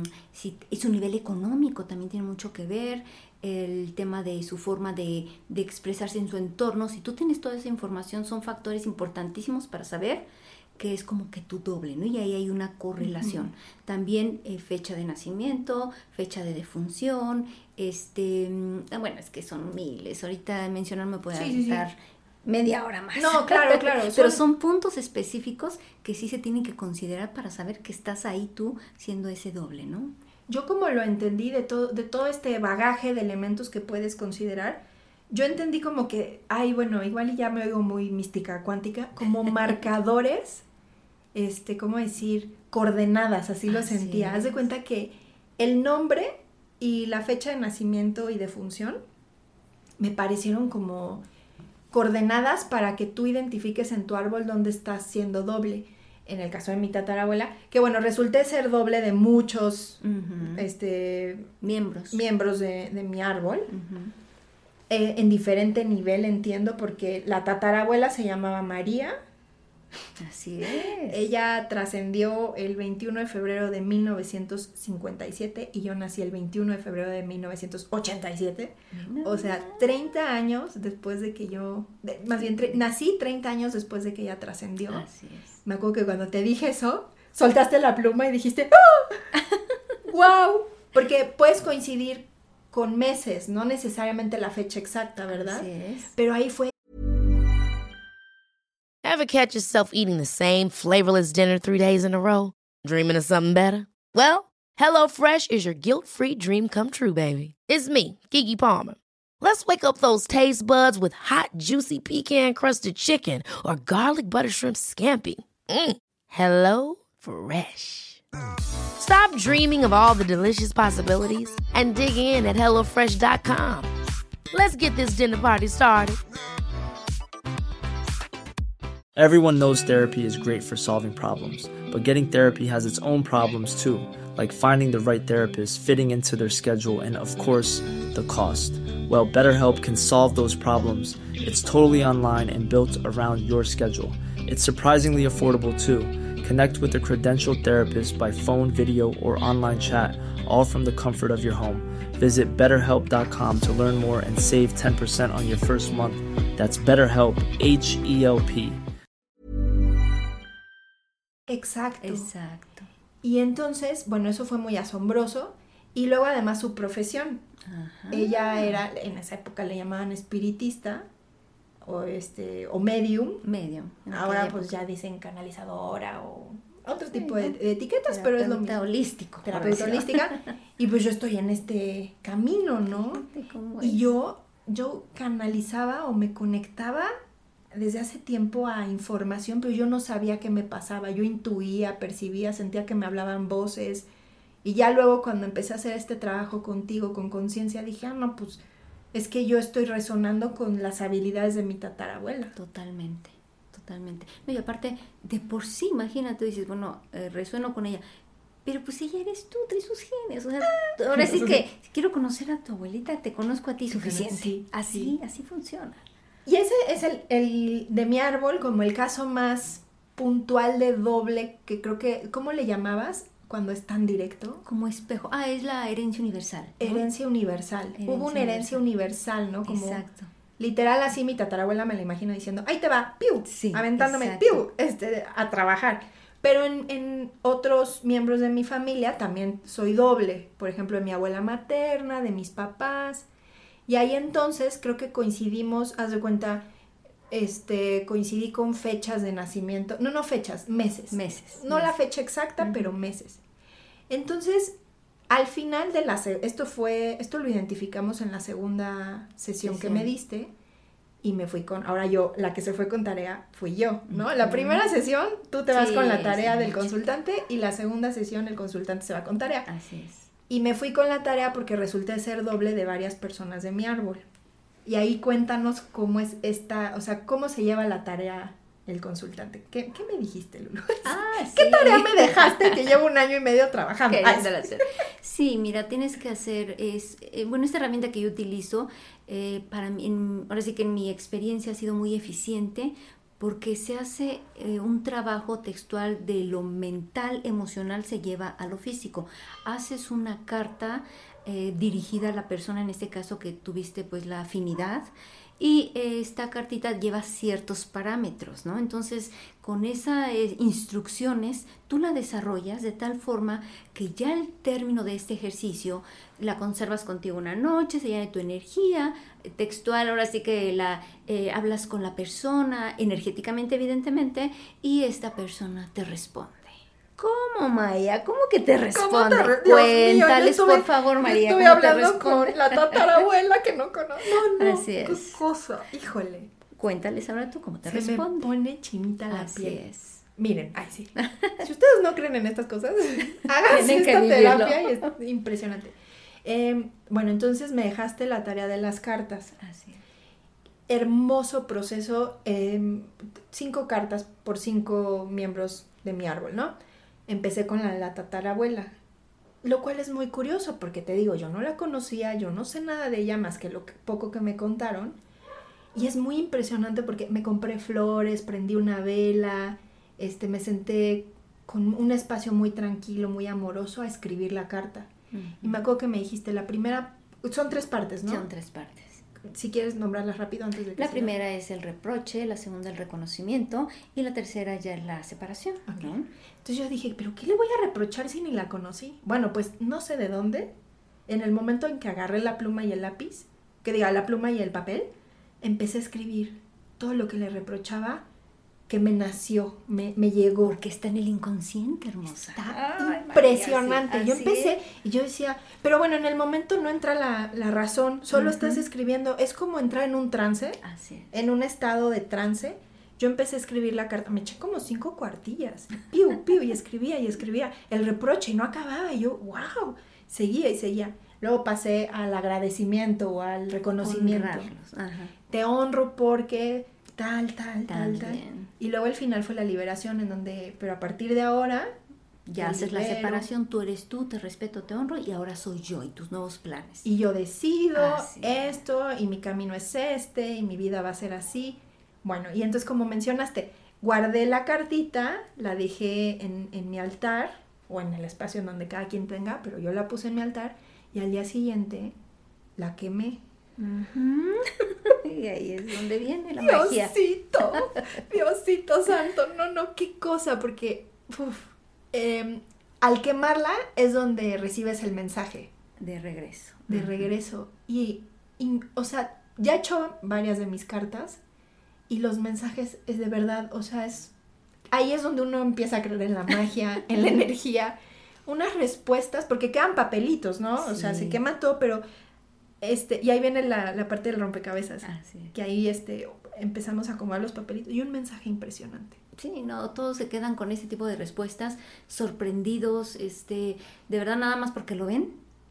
si su nivel económico también tiene mucho que ver, el tema de su forma de, de expresarse en su entorno. Si tú tienes toda esa información, son factores importantísimos para saber que es como que tu doble, ¿no? Y ahí hay una correlación. Uh-huh. También eh, fecha de nacimiento, fecha de defunción, este, bueno, es que son miles, ahorita mencionar me puede sí, dar sí, sí. media hora más. No, claro, claro. Pero son puntos específicos que sí se tienen que considerar para saber que estás ahí tú siendo ese doble, ¿no? Yo como lo entendí de todo, de todo este bagaje de elementos que puedes considerar, yo entendí como que, ay, bueno, igual ya me oigo muy mística cuántica, como marcadores, este, ¿cómo decir? Coordenadas, así lo así sentía. Es. Haz de cuenta que el nombre y la fecha de nacimiento y defunción me parecieron como coordenadas para que tú identifiques en tu árbol dónde estás siendo doble. En el caso de mi tatarabuela, que bueno, resulté ser doble de muchos uh-huh. este, miembros, miembros de, de mi árbol, uh-huh. eh, en diferente nivel, entiendo, porque la tatarabuela se llamaba María. Así es. Ella trascendió el veintiuno de febrero de mil novecientos cincuenta y siete y yo nací el veintiuno de febrero de mil novecientos ochenta y siete. No. O sea, treinta años después de que yo, de, más bien, tre- nací treinta años después de que ella trascendió. Así es. Me acuerdo que cuando te dije eso, soltaste la pluma y dijiste ¡ah! ¡Wow! Porque puedes coincidir con meses, no necesariamente la fecha exacta, ¿verdad? Así es. Pero ahí fue. Ever catch yourself eating the same flavorless dinner three days in a row? Dreaming of something better? Well, HelloFresh is your guilt-free dream come true, baby. It's me, Keke Palmer. Let's wake up those taste buds with hot, juicy pecan-crusted chicken or garlic butter shrimp scampi. Mm. Hello Fresh. Stop dreaming of all the delicious possibilities and dig in at hello fresh dot com. Let's get this dinner party started. Everyone knows therapy is great for solving problems, but getting therapy has its own problems too, like finding the right therapist, fitting into their schedule, and of course, the cost. Well, BetterHelp can solve those problems. It's totally online and built around your schedule. It's surprisingly affordable too. Connect with a credentialed therapist by phone, video, or online chat, all from the comfort of your home. Visit better help dot com to learn more and save ten percent on your first month. That's BetterHelp, H E L P. Exacto. Exacto. Y entonces, bueno, eso fue muy asombroso. Y luego además su profesión. Ajá. Ella era, en esa época le llamaban espiritista o este o medium. Medium. Ahora pues ya dicen canalizadora o otro sí, tipo de, de etiquetas, pero es lo mismo. Terapeuta holístico. Terapeuta holística. Y pues yo estoy en este camino, ¿no? ¿Cómo y es? yo, yo canalizaba o me conectaba desde hace tiempo a información, pero yo no sabía qué me pasaba. Yo intuía, percibía, sentía que me hablaban voces. Y ya luego cuando empecé a hacer este trabajo contigo, con conciencia, dije, ah, no, pues es que yo estoy resonando con las habilidades de mi tatarabuela. Totalmente, totalmente. No, y aparte, de por sí, imagínate, dices, bueno, eh, resueno con ella, pero pues ella eres tú, traes sus genes. O sea, ahora sí que si quiero conocer a tu abuelita, te conozco a ti suficiente. Sí, así, sí. así funciona. Y ese es el, el de mi árbol como el caso más puntual de doble, que creo que, ¿cómo le llamabas cuando es tan directo? Como espejo. Ah, es la herencia universal, ¿no? Herencia universal. Herencia Hubo una herencia universal, universal, ¿no? Como, exacto. Literal, así mi tatarabuela me la imagino diciendo, ahí te va, piu, Sí, aventándome, exacto. piu, este, a trabajar. Pero en, en otros miembros de mi familia también soy doble. Por ejemplo, de mi abuela materna, de mis papás. Y ahí entonces creo que coincidimos, haz de cuenta, este, coincidí con fechas de nacimiento. No, no fechas, meses. Meses. No meses. la fecha exacta, uh-huh. pero meses. Entonces, al final de la... Esto fue... Esto lo identificamos en la segunda sesión sí, que sí. me diste. Y me fui con... Ahora yo, la que se fue con tarea, fui yo, ¿no? Uh-huh. La primera sesión, tú te vas sí, con la tarea sí, del mucho. consultante. Y la segunda sesión, el consultante se va con tarea. Así es. Y me fui con la tarea porque resulté ser doble de varias personas de mi árbol. Y ahí cuéntanos cómo es esta... O sea, cómo se lleva la tarea... el consultante. ¿Qué, ¿Qué me dijiste, Lulu? Ah, ¿Qué sí. tarea me dejaste que llevo un año y medio trabajando? Hacer. Sí, mira, tienes que hacer, es eh, bueno, esta herramienta que yo utilizo, eh, para mí, en, ahora sí que en mi experiencia ha sido muy eficiente porque se hace eh, un trabajo textual de lo mental, emocional, se lleva a lo físico. Haces una carta eh, dirigida a la persona, en este caso que tuviste pues la afinidad, y esta cartita lleva ciertos parámetros, ¿no? Entonces, con esas eh, instrucciones, tú la desarrollas de tal forma que ya al término de este ejercicio la conservas contigo una noche, se llena de tu energía textual, ahora sí que la eh, hablas con la persona, energéticamente, evidentemente, y esta persona te responde. ¿Cómo, Maya? ¿Cómo que te responde? Te... Cuéntales, mío, estuve, por favor, María. Estuve hablando con la tatarabuela que no conozco. No, no, así es. Qué cosa, híjole. Cuéntales ahora tú cómo te Se responde. Me pone chinita la así piel. es. Miren, ay sí. Si ustedes no creen en estas cosas, háganse esta terapia y es impresionante. Eh, bueno, entonces me dejaste la tarea de las cartas. Así es. Hermoso proceso. Eh, cinco cartas por cinco miembros de mi árbol, ¿no? Empecé con la, la tatarabuela, lo cual es muy curioso porque te digo, yo no la conocía, yo no sé nada de ella más que lo que, poco que me contaron, y es muy impresionante porque me compré flores, prendí una vela, este, me senté con un espacio muy tranquilo, muy amoroso a escribir la carta. Uh-huh. Y me acuerdo que me dijiste, la primera, son tres partes, ¿no? Son tres partes. Si quieres nombrarlas rápido antes de que La se primera lo... es el reproche, la segunda el reconocimiento y la tercera ya es la separación. Okay. ¿No? Entonces yo dije, ¿pero qué le voy a reprochar si ni la conocí? Bueno, pues no sé de dónde, en el momento en que agarré la pluma y el lápiz, que diga, la pluma y el papel, empecé a escribir todo lo que le reprochaba, que me nació, me, me llegó. Porque está en el inconsciente, hermosa. Está Ay, impresionante. María, sí, yo empecé es. y yo decía, pero bueno, en el momento no entra la, la razón, solo uh-huh. estás escribiendo, es como entrar en un trance, Así es. en un estado de trance. Yo empecé a escribir la carta, me eché como cinco cuartillas, piu, piu, y escribía y escribía el reproche y no acababa, y yo, wow, seguía y seguía. Luego pasé al agradecimiento o al reconocimiento. Ajá. Te honro porque... Tal, tal, tal, También. tal. Y luego el final fue la liberación, en donde, pero a partir de ahora... Ya haces libero. La separación, tú eres tú, te respeto, te honro, y ahora soy yo y tus nuevos planes. Y yo decido así esto, y mi camino es este, y mi vida va a ser así. Bueno, y entonces como mencionaste, guardé la cartita, la dejé en, en mi altar, o en el espacio en donde cada quien tenga, pero yo la puse en mi altar, y al día siguiente la quemé. Uh-huh. Y ahí es donde viene la Diosito, magia. Diosito, Diosito santo, no, no, qué cosa, porque uf, eh, al quemarla es donde recibes el mensaje. De regreso. De uh-huh. regreso. Y, y, o sea, ya he hecho varias de mis cartas y los mensajes es de verdad, o sea, es ahí es donde uno empieza a creer en la magia, en la energía, unas respuestas, porque quedan papelitos, ¿no? Sí. O sea, se quema todo, pero... Este, y ahí viene la, la parte del rompecabezas, ah, sí. que ahí este, empezamos a acomodar los papelitos y un mensaje impresionante. Sí, no, todos se quedan con ese tipo de respuestas, sorprendidos, este, de verdad nada más porque lo ven,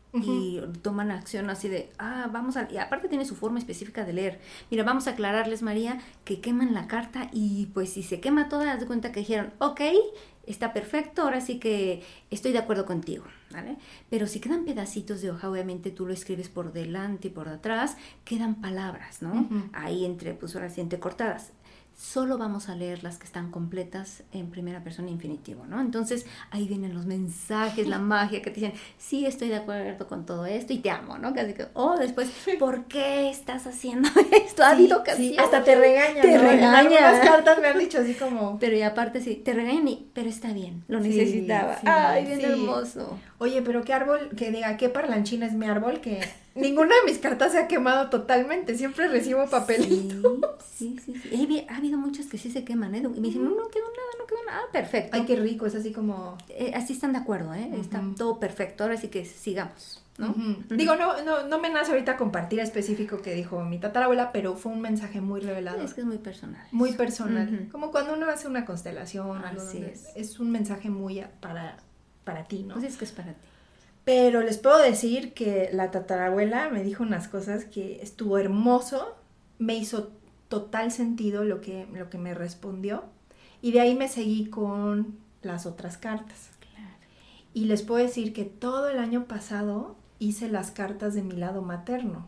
Uh-huh. Y toman acción así de, ah, vamos a... Y aparte tiene su forma específica de leer. Mira, vamos a aclararles, María, que queman la carta y pues si se quema toda, haz de cuenta que dijeron, ok, está perfecto, ahora sí que estoy de acuerdo contigo, ¿vale? Pero si quedan pedacitos de hoja, obviamente tú lo escribes por delante y por detrás, quedan palabras, ¿no? Uh-huh. Ahí entre, pues ahora sí, entrecortadas. Solo vamos a leer las que están completas en primera persona infinitivo, ¿no? Entonces, ahí vienen los mensajes, la magia que te dicen, sí, estoy de acuerdo con todo esto y te amo, ¿no? Casi que, oh, después, ¿por qué estás haciendo esto? Ha habido ocasiones. Sí, hasta te regañan, Te ¿no? regañan. En algunas cartas me han dicho así como... Pero y aparte sí, te regañan y, pero está bien, lo sí, necesitaba. Sí, ay, bien sí. hermoso. Oye, pero qué árbol, que diga, qué parlanchina es mi árbol, que... Ninguna de mis cartas se ha quemado totalmente, siempre recibo papelito. Sí, sí, sí. sí. Ha habido muchas que sí se queman, ¿eh? Y me dicen, no, no quedó nada, no quedó nada. Ah, perfecto. Ay, qué rico, es así como... Eh, así están de acuerdo, ¿eh? Uh-huh. Está todo perfecto, ahora sí que sigamos, ¿no? Uh-huh. Uh-huh. Digo, no, no, no me nace ahorita compartir específico que dijo mi tatarabuela, pero fue un mensaje muy revelador. Es que es muy personal. Muy personal. Uh-huh. Como cuando uno hace una constelación, algo así donde es. Es un mensaje muy para, para ti, ¿no? Pues es que es para ti. Pero les puedo decir que la tatarabuela me dijo unas cosas que estuvo hermoso, me hizo total sentido lo que, lo que me respondió, y de ahí me seguí con las otras cartas. Claro. Y les puedo decir que todo el año pasado hice las cartas de mi lado materno,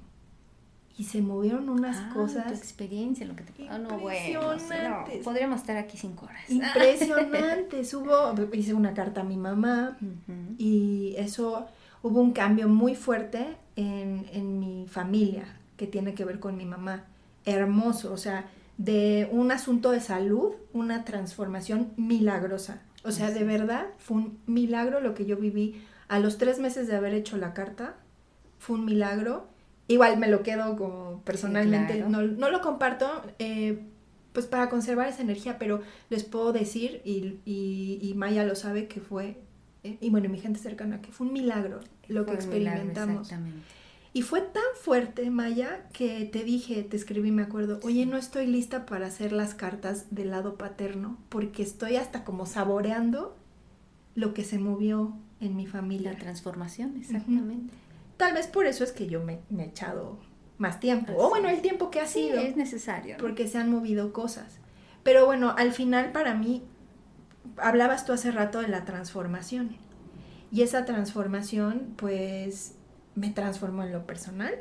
y se movieron unas ah, cosas... tu experiencia, lo que te... Impresionantes. Oh, no, bueno, no, podríamos estar aquí cinco horas. Impresionantes. Hubo, hice una carta a mi mamá, uh-huh. y eso, hubo un cambio muy fuerte en, en mi familia, que tiene que ver con mi mamá. Hermoso, o sea, de un asunto de salud, una transformación milagrosa. O sea, de verdad, fue un milagro lo que yo viví. A los tres meses de haber hecho la carta, fue un milagro. Igual me lo quedo como personalmente, sí, claro. no, no lo comparto, eh, pues para conservar esa energía, pero les puedo decir, y, y, y Maya lo sabe, que fue, eh, y bueno, mi gente cercana, que fue un milagro lo que experimentamos. Milagro, y fue tan fuerte, Maya, que te dije, te escribí, me acuerdo, oye, no estoy lista para hacer las cartas del lado paterno, porque estoy hasta como saboreando lo que se movió en mi familia. La transformación, exactamente. Uh-huh. Tal vez por eso es que yo me, me he echado más tiempo. O bueno, el tiempo que ha sí, sido. es necesario, ¿no? Porque se han movido cosas. Pero bueno, al final para mí, hablabas tú hace rato de la transformación. Y esa transformación, pues, me transformó en lo personal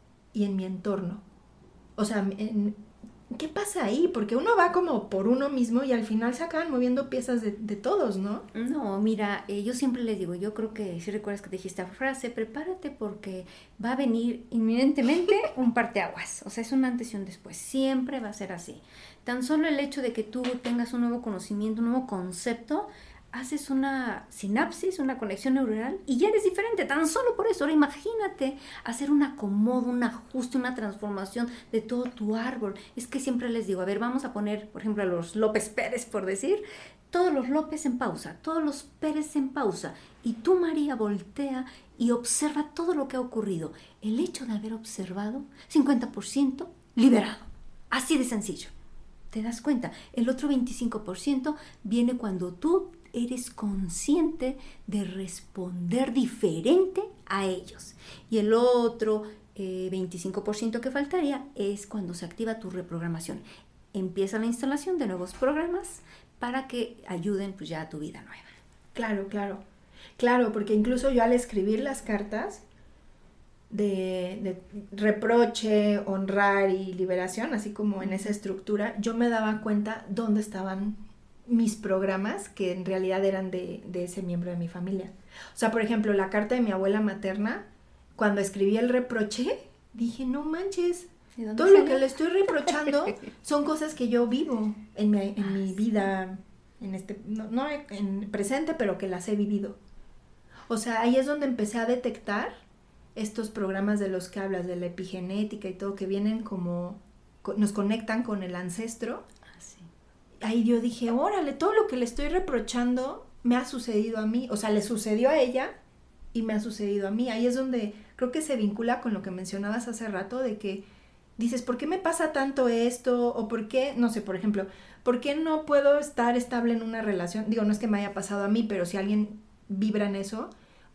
y en mi entorno. O sea, en, ¿qué pasa ahí? Porque uno va como por uno mismo y al final se acaban moviendo piezas de, de todos, ¿no? No, mira, eh, yo siempre les digo, yo creo que si recuerdas que te dije esta frase, prepárate porque va a venir inminentemente un parteaguas. O sea, es un antes y un después. Siempre va a ser así. Tan solo el hecho de que tú tengas un nuevo conocimiento, un nuevo concepto, haces una sinapsis, una conexión neuronal y ya eres diferente, tan solo por eso. Ahora imagínate hacer un acomodo, un ajuste, una transformación de todo tu árbol. Es que siempre les digo, a ver, vamos a poner, por ejemplo, a los López Pérez, por decir, todos los López en pausa, todos los Pérez en pausa, y tú, María, voltea y observa todo lo que ha ocurrido. El hecho de haber observado, cincuenta por ciento liberado, así de sencillo. ¿Te das cuenta? El otro veinticinco por ciento viene cuando tú eres consciente de responder diferente a ellos. Y el otro eh, veinticinco por ciento que faltaría es cuando se activa tu reprogramación. Empieza la instalación de nuevos programas para que ayuden pues ya a tu vida nueva. Claro, claro. Claro, porque incluso yo al escribir las cartas de, de reproche, honrar y liberación, así como en esa estructura, yo me daba cuenta dónde estaban mis programas, que en realidad eran de, de ese miembro de mi familia. O sea, por ejemplo, la carta de mi abuela materna, cuando escribí el reproche, dije, no manches, todo lo que le estoy reprochando son cosas que yo vivo en mi, en mi vida, en este, no, no en presente, pero que las he vivido. O sea, ahí es donde empecé a detectar estos programas de los que hablas, de la epigenética y todo, que vienen como, nos conectan con el ancestro. Ah, sí. Ahí yo dije, órale, todo lo que le estoy reprochando me ha sucedido a mí. O sea, le sucedió a ella y me ha sucedido a mí. Ahí es donde creo que se vincula con lo que mencionabas hace rato, de que dices, ¿por qué me pasa tanto esto? O ¿por qué, no sé, por ejemplo, ¿por qué no puedo estar estable en una relación? Digo, no es que me haya pasado a mí, pero si alguien vibra en eso,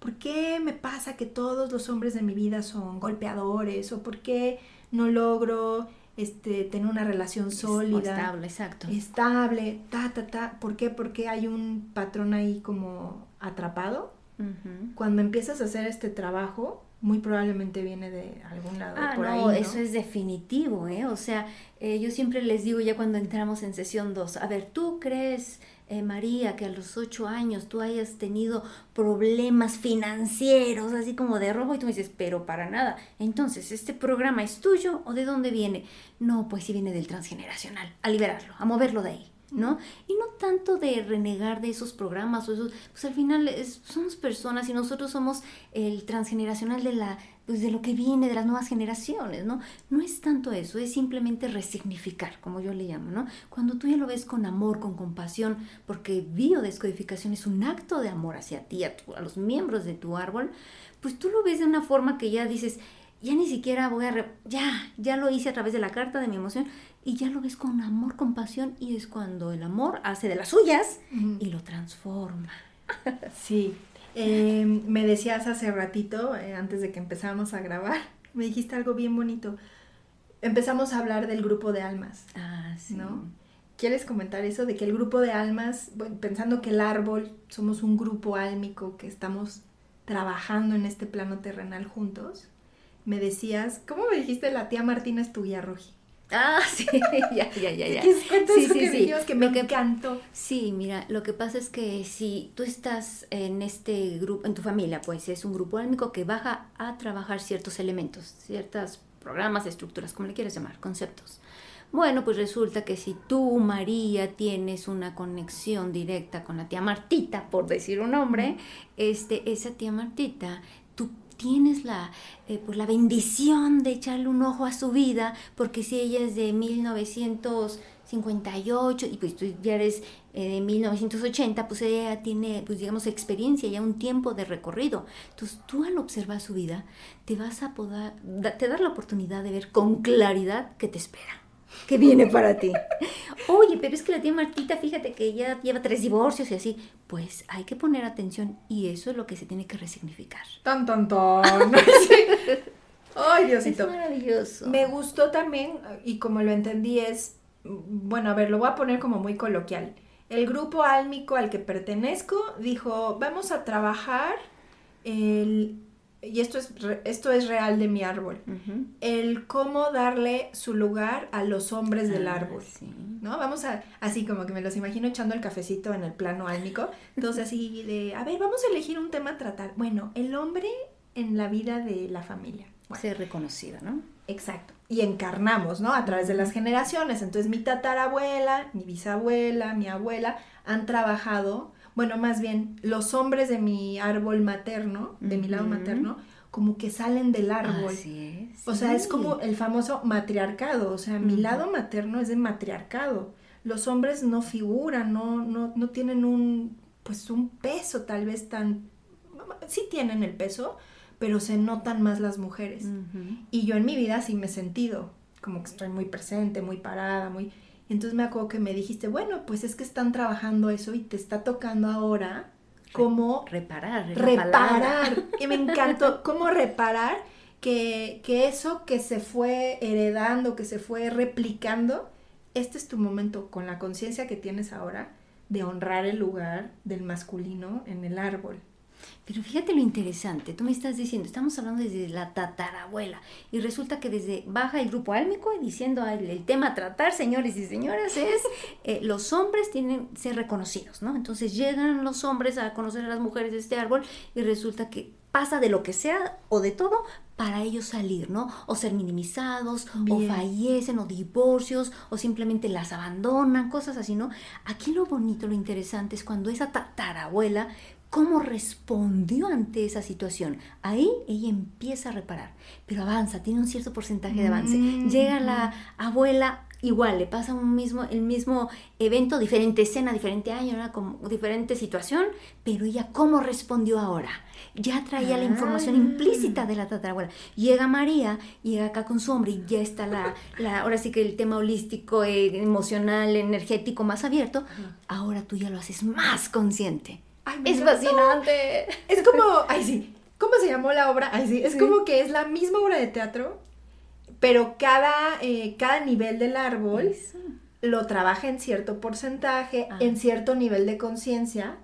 ¿por qué me pasa que todos los hombres de mi vida son golpeadores? ¿O por qué no logro este, tener una relación sólida? O estable, exacto. Estable, ta, ta, ta. ¿Por qué? Porque hay un patrón ahí como atrapado. Uh-huh. Cuando empiezas a hacer este trabajo, muy probablemente viene de algún lado ah, por no, ahí, ¿no? Eso es definitivo, ¿eh? O sea, eh, yo siempre les digo ya cuando entramos en sesión dos, a ver, ¿tú crees, eh, María, que a los ocho años tú hayas tenido problemas financieros, así como de rojo? Y tú me dices, pero para nada. Entonces, ¿este programa es tuyo o de dónde viene? No, pues sí viene del transgeneracional, a liberarlo, a moverlo de ahí, ¿no? Y no tanto de renegar de esos programas o esos, pues al final es, somos personas y nosotros somos el transgeneracional de la, pues de lo que viene de las nuevas generaciones, ¿no? No es tanto eso, es simplemente resignificar, como yo le llamo, ¿no? Cuando tú ya lo ves con amor, con compasión, porque biodescodificación es un acto de amor hacia ti, a, tu, a los miembros de tu árbol, pues tú lo ves de una forma que ya dices, ya ni siquiera voy a, re- ya, ya lo hice a través de la carta de mi emoción, y ya lo ves con amor, compasión, y es cuando el amor hace de las suyas uh-huh. y lo transforma. Sí, eh, me decías hace ratito, eh, antes de que empezáramos a grabar, me dijiste algo bien bonito. Empezamos a hablar del grupo de almas, ah, sí. ¿no? ¿Quieres comentar eso? De que el grupo de almas, bueno, pensando que el árbol, somos un grupo álmico que estamos trabajando en este plano terrenal juntos. Me decías, ¿cómo me dijiste la tía Martina es tu guía roji? Ah, sí, ya, ya, ya, ya. ¿Qué cuento sí, eso sí, que sí. dijimos que me lo que, encantó? Sí, mira, lo que pasa es que si tú estás en este grupo, en tu familia, pues es un grupo álmico que baja a trabajar ciertos elementos, ciertos programas, estructuras, como le quieres llamar, conceptos. Bueno, pues resulta que si tú, María, tienes una conexión directa con la tía Martita, por decir un nombre, este, esa tía Martita, tú tienes la, eh, pues la bendición de echarle un ojo a su vida, porque si ella es de mil novecientos cincuenta y ocho y pues tú ya eres eh, de mil novecientos ochenta, pues ella ya tiene, pues digamos, experiencia, ya un tiempo de recorrido. Entonces tú al observar su vida, te vas a poder, da, te das la oportunidad de ver con claridad qué te espera, qué viene para ti. Oye, pero es que la tía Martita, fíjate que ella lleva tres divorcios y así. Pues hay que poner atención y eso es lo que se tiene que resignificar. Tan, tan, tan. Ay, Diosito. Es maravilloso. Me gustó también, y como lo entendí es, bueno, a ver, lo voy a poner como muy coloquial. El grupo álmico al que pertenezco dijo, vamos a trabajar el... Y esto es, esto es real de mi árbol, uh-huh. el cómo darle su lugar a los hombres ah, del árbol, sí. ¿no? Vamos a, así como que me los imagino echando el cafecito en el plano álmico, entonces así de, a ver, vamos a elegir un tema a tratar. Bueno, el hombre en la vida de la familia. Bueno, ser reconocido, ¿no? Exacto, y encarnamos, ¿no? A través de las generaciones, entonces mi tatarabuela, mi bisabuela, mi abuela han trabajado... Bueno, más bien, los hombres de mi árbol materno, de uh-huh. mi lado materno, como que salen del árbol. Así es. O sea, sí. es como el famoso matriarcado. O sea, uh-huh. mi lado materno es de matriarcado. Los hombres no figuran, no, no, no tienen un, pues un peso tal vez tan... Sí tienen el peso, pero se notan más las mujeres. Uh-huh. Y yo en mi vida sí me he sentido como que estoy muy presente, muy parada, muy... Entonces me acuerdo que me dijiste, bueno, pues es que están trabajando eso y te está tocando ahora cómo... Reparar. Reparar. Y me encantó cómo reparar que, que eso que se fue heredando, que se fue replicando, este es tu momento con la conciencia que tienes ahora de honrar el lugar del masculino en el árbol. Pero fíjate lo interesante, tú me estás diciendo, estamos hablando desde la tatarabuela y resulta que desde baja el grupo álmico y diciendo el, el tema a tratar, señores y señoras, es eh, los hombres tienen que ser reconocidos, ¿no? Entonces llegan los hombres a conocer a las mujeres de este árbol y resulta que pasa de lo que sea o de todo para ellos salir, ¿no? O ser minimizados, Bien. o fallecen, o divorcios, o simplemente las abandonan, cosas así, ¿no? Aquí lo bonito, lo interesante es cuando esa tatarabuela cómo respondió ante esa situación. Ahí ella empieza a reparar, pero avanza, tiene un cierto porcentaje de avance. Mm-hmm. Llega la abuela, igual, le pasa un mismo, el mismo evento, diferente escena, diferente año, ¿no? Como diferente situación, pero ella cómo respondió ahora. Ya traía ah. la información implícita de la tatarabuela. Llega María, llega acá con su hombre y ya está la, la ahora sí que el tema holístico, eh, emocional, energético más abierto. Uh-huh. Ahora tú ya lo haces más consciente. Ay, me Es encantó. fascinante. Es como, ay sí, ¿cómo se llamó la obra? Ay sí, es Sí. como que es la misma obra de teatro, pero cada, eh, cada nivel del árbol Eso. lo trabaja en cierto porcentaje, Ah. en cierto nivel de conciencia.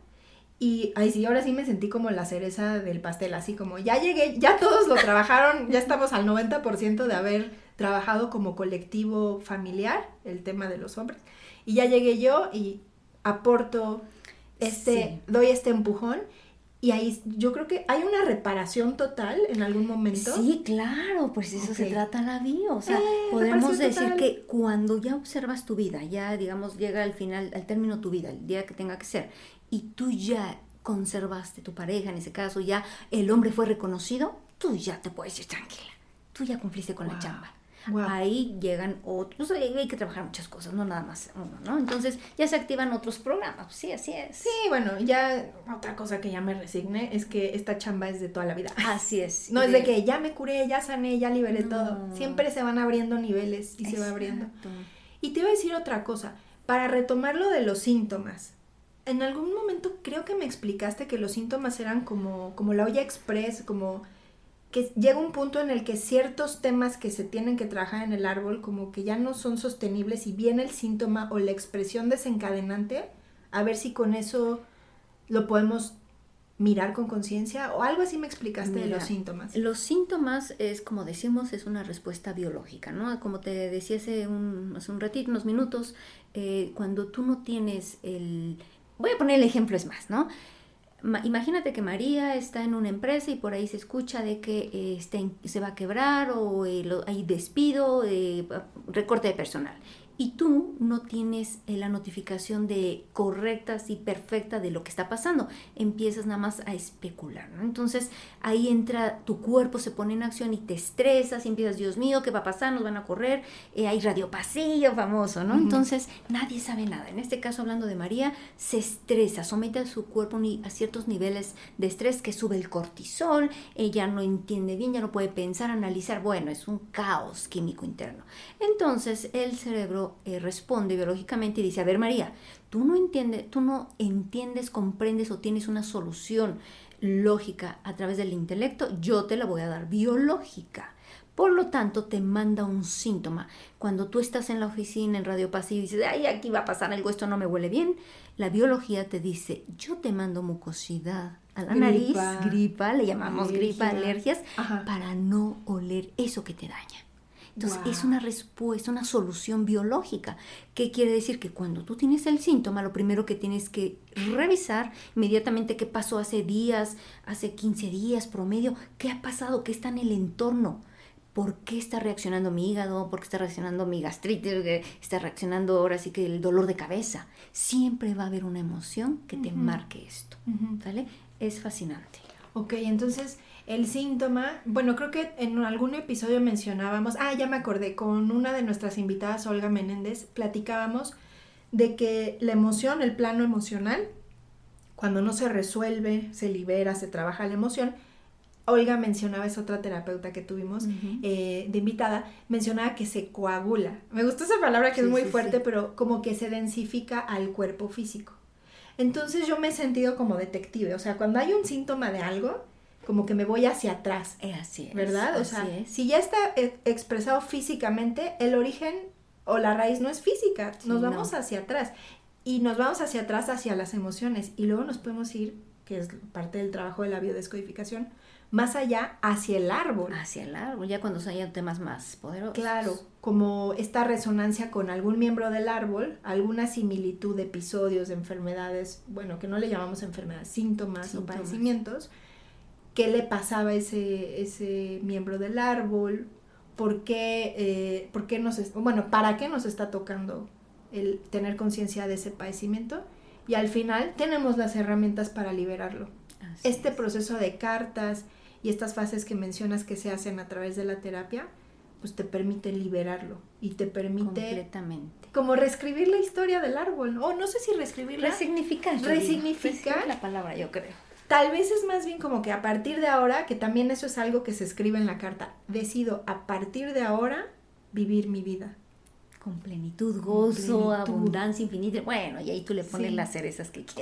Y, ay sí, ahora sí me sentí como la cereza del pastel, así como ya llegué, ya todos lo trabajaron, ya estamos al noventa por ciento de haber trabajado como colectivo familiar, el tema de los hombres. Y ya llegué yo y aporto este, Sí. doy este empujón. Y ahí yo creo que hay una reparación total en algún momento. Sí, claro, pues eso se Ok. trata la bio. O sea, Eh, podemos reparación decir total. que cuando ya observas tu vida, ya digamos llega al final, al término tu vida, el día que tenga que ser, y tú ya conservaste tu pareja, en ese caso ya el hombre fue reconocido, tú ya te puedes ir tranquila. Tú ya cumpliste con la Wow. chamba. Wow. Ahí llegan otros, hay hay que trabajar muchas cosas, no nada más uno, ¿no? Entonces ya se activan otros programas, sí, así es. Sí, bueno, ya otra cosa que ya me resigné es que esta chamba es de toda la vida. Así es. No Y es de que ya me curé, ya sané, ya liberé No. todo. Siempre se van abriendo niveles y se va abriendo. Exacto. Y te iba a decir otra cosa, para retomar lo de los síntomas. En algún momento creo que me explicaste que los síntomas eran como, como la olla express, como que llega un punto en el que ciertos temas que se tienen que trabajar en el árbol como que ya no son sostenibles y viene el síntoma o la expresión desencadenante, a ver si con eso lo podemos mirar con conciencia o algo así me explicaste de Mira, los síntomas. Los síntomas es, como decimos, es una respuesta biológica, ¿no? Como te decía hace un, hace un ratito, unos minutos, eh, cuando tú no tienes el... Voy a poner el ejemplo, es más, ¿no? Ma- Imagínate que María está en una empresa y por ahí se escucha de que eh, está en- se va a quebrar o eh, lo- hay despido, eh, recorte de personal. Y tú no tienes eh, la notificación de correcta, así perfecta de lo que está pasando. Empiezas nada más a especular, ¿no? Entonces ahí entra, tu cuerpo se pone en acción y te estresas y empiezas, Dios mío, ¿qué va a pasar? Nos van a correr. Eh, hay radiopasillo famoso, ¿no? Ujú. Entonces nadie sabe nada. En este caso, hablando de María, se estresa, somete a su cuerpo ni- a ciertos niveles de estrés que sube el cortisol, ella no entiende bien, ya no puede pensar, analizar. Bueno, es un caos químico interno. Entonces el cerebro eh, responde biológicamente y dice, a ver María, tú no entiendes, tú no entiendes, comprendes o tienes una solución lógica a través del intelecto, yo te la voy a dar biológica. Por lo tanto, te manda un síntoma. Cuando tú estás en la oficina, en radio pasillo, y dices, ay, aquí va a pasar algo, esto no me huele bien, la biología te dice, yo te mando mucosidad a la Gripa. nariz, gripa, le llamamos gripa, Alergia. alergias, Ajá. para no oler eso que te daña. Entonces, Wow. es una respuesta, una solución biológica. ¿Qué quiere decir? Que cuando tú tienes el síntoma, lo primero que tienes que revisar inmediatamente qué pasó hace días, hace quince días promedio, qué ha pasado, qué está en el entorno. ¿Por qué está reaccionando mi hígado? ¿Por qué está reaccionando mi gastritis? ¿Qué está reaccionando ahora sí que el dolor de cabeza? Siempre va a haber una emoción que te Ujú. marque esto, Ujú. ¿vale? Es fascinante. Ok, entonces el síntoma, bueno, creo que en algún episodio mencionábamos, ah, ya me acordé, con una de nuestras invitadas, Olga Menéndez, platicábamos de que la emoción, el plano emocional, cuando no se resuelve, se libera, se trabaja la emoción. Olga mencionaba, es otra terapeuta que tuvimos Ujú. eh, de invitada, mencionaba que se coagula. Me gustó esa palabra que Sí, es muy sí, fuerte, sí. pero como que se densifica al cuerpo físico. Entonces yo me he sentido como detective, o sea, cuando hay un síntoma de algo, como que me voy hacia atrás, Eh, así es. ¿verdad? O así sea, es. si ya está eh, expresado físicamente, el origen o la raíz no es física, Sí, nos no. vamos hacia atrás y nos vamos hacia atrás hacia las emociones y luego nos podemos ir, que es parte del trabajo de la biodescodificación, más allá hacia el árbol. Hacia el árbol, ya cuando hayan temas más poderosos. Claro, como esta resonancia con algún miembro del árbol, alguna similitud de episodios, de enfermedades, bueno, que no le llamamos enfermedades, síntomas, Síntomas. o padecimientos, qué le pasaba a ese, ese miembro del árbol, por qué, eh, por qué nos, es- bueno, para qué nos está tocando el tener conciencia de ese padecimiento y al final tenemos las herramientas para liberarlo. Así Este es. proceso de cartas y estas fases que mencionas que se hacen a través de la terapia, pues te permite liberarlo y te permite Completamente. como reescribir la historia del árbol, o no sé si reescribirla, Resignificar. yo digo. Resignificar. Es la palabra, yo creo. tal vez es más bien como que a partir de ahora, que también eso es algo que se escribe en la carta, decido a partir de ahora vivir mi vida. Con plenitud, gozo, Plenitud. abundancia infinita. Bueno, y ahí tú le pones Sí. las cerezas que quieras.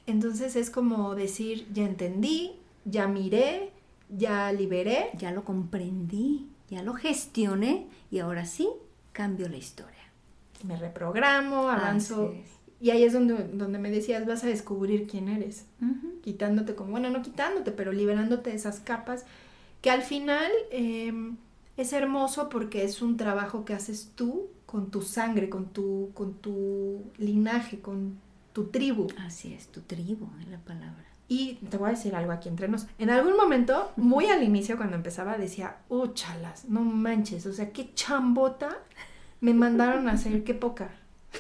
Entonces es como decir, ya entendí, ya miré, ya liberé. Ya lo comprendí, ya lo gestioné y ahora sí cambio la historia. Me reprogramo, avanzo. Y ahí es donde, donde me decías, vas a descubrir quién eres. Uh-huh. Quitándote, como, bueno, no quitándote, pero liberándote de esas capas. Que al final eh, es hermoso porque es un trabajo que haces tú con tu sangre, con tu, con tu linaje, con tu tribu. Así es, tu tribu es la palabra. Y te voy a decir algo aquí entre nos. En algún momento, muy al inicio, cuando empezaba, decía, ¡uh, chalas! No manches, o sea, qué chambota me mandaron a hacer, qué poca.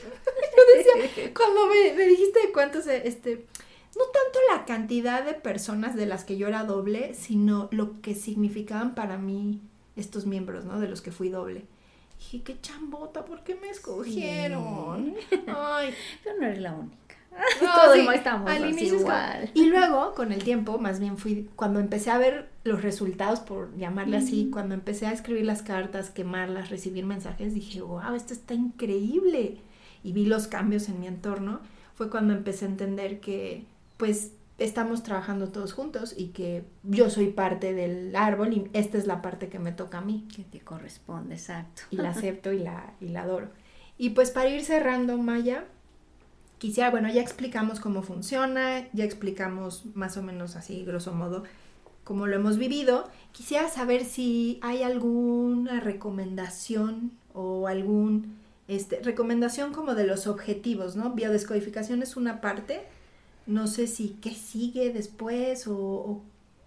Yo decía, cuando me, me dijiste de cuántos, este, no tanto la cantidad de personas de las que yo era doble, sino lo que significaban para mí estos miembros, ¿no? De los que fui doble. Dije, qué chambota, ¿por qué me escogieron? Sí. Ay. Pero no eres la única. No, Todos sí, estamos al así inicio igual. Y luego, con el tiempo, más bien fui, cuando empecé a ver los resultados, por llamarle mm. así, cuando empecé a escribir las cartas, quemarlas, recibir mensajes, dije, wow, esto está increíble. Y vi los cambios en mi entorno, fue cuando empecé a entender que, pues, estamos trabajando todos juntos y que yo soy parte del árbol y esta es la parte que me toca a mí. Que te corresponde, exacto. Y la acepto y la, y la adoro. Y pues para ir cerrando, Maya, quisiera, bueno, ya explicamos cómo funciona, ya explicamos más o menos así, grosso modo, cómo lo hemos vivido. Quisiera saber si hay alguna recomendación o algún... Este, recomendación como de los objetivos, ¿no? Biodescodificación es una parte, no sé si qué sigue después o, o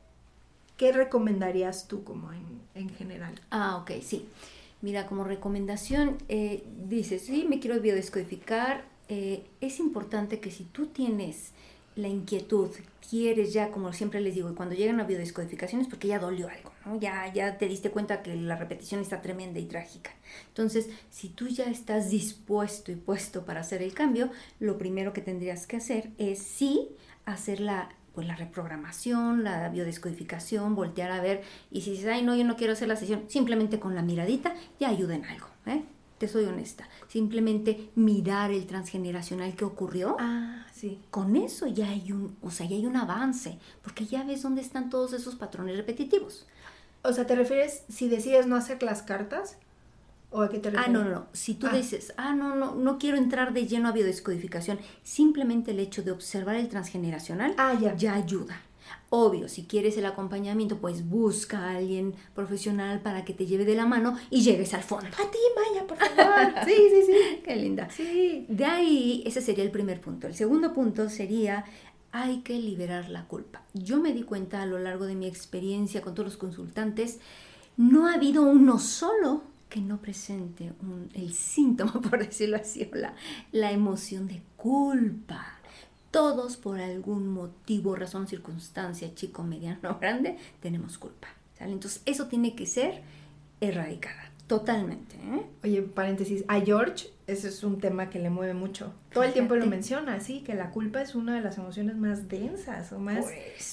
qué recomendarías tú como en, en general. Ah, ok, sí. Mira, como recomendación, eh, dices, sí, me quiero biodescodificar, eh, es importante que si tú tienes la inquietud, quieres ya, como siempre les digo, cuando llegan a biodescodificación es porque ya dolió algo, ¿no? Ya, ya te diste cuenta que la repetición está tremenda y trágica. Entonces, si tú ya estás dispuesto y puesto para hacer el cambio, lo primero que tendrías que hacer es sí hacer la, pues, la reprogramación, la biodescodificación, voltear a ver, y si dices, ay, no, yo no quiero hacer la sesión, simplemente con la miradita ya ayuda en algo, ¿eh? Te soy honesta, simplemente mirar el transgeneracional que ocurrió. Ah, sí. Con eso ya hay un, o sea, ya hay un avance, porque ya ves dónde están todos esos patrones repetitivos. O sea, ¿te refieres si decides no hacer las cartas? ¿O a qué te refieres? Ah, no, no, no. Si tú ah. dices, ah, no, no, no quiero entrar de lleno a biodescodificación, simplemente el hecho de observar el transgeneracional ah, ya. ya ayuda. Obvio, si quieres el acompañamiento, pues busca a alguien profesional para que te lleve de la mano y llegues al fondo. A ti, Maya, por favor. Sí, sí, sí. Qué linda. Sí. De ahí, ese sería el primer punto. El segundo punto sería, hay que liberar la culpa. Yo me di cuenta a lo largo de mi experiencia con todos los consultantes, no ha habido uno solo que no presente un, el síntoma, por decirlo así, o la, la emoción de culpa. Todos por algún motivo, razón, circunstancia, chico, mediano, grande, tenemos culpa, ¿sale? Entonces eso tiene que ser erradicada, totalmente, ¿eh? Oye, paréntesis, a George ese es un tema que le mueve mucho. Todo el tiempo lo menciona, sí, que la culpa es una de las emociones más densas o más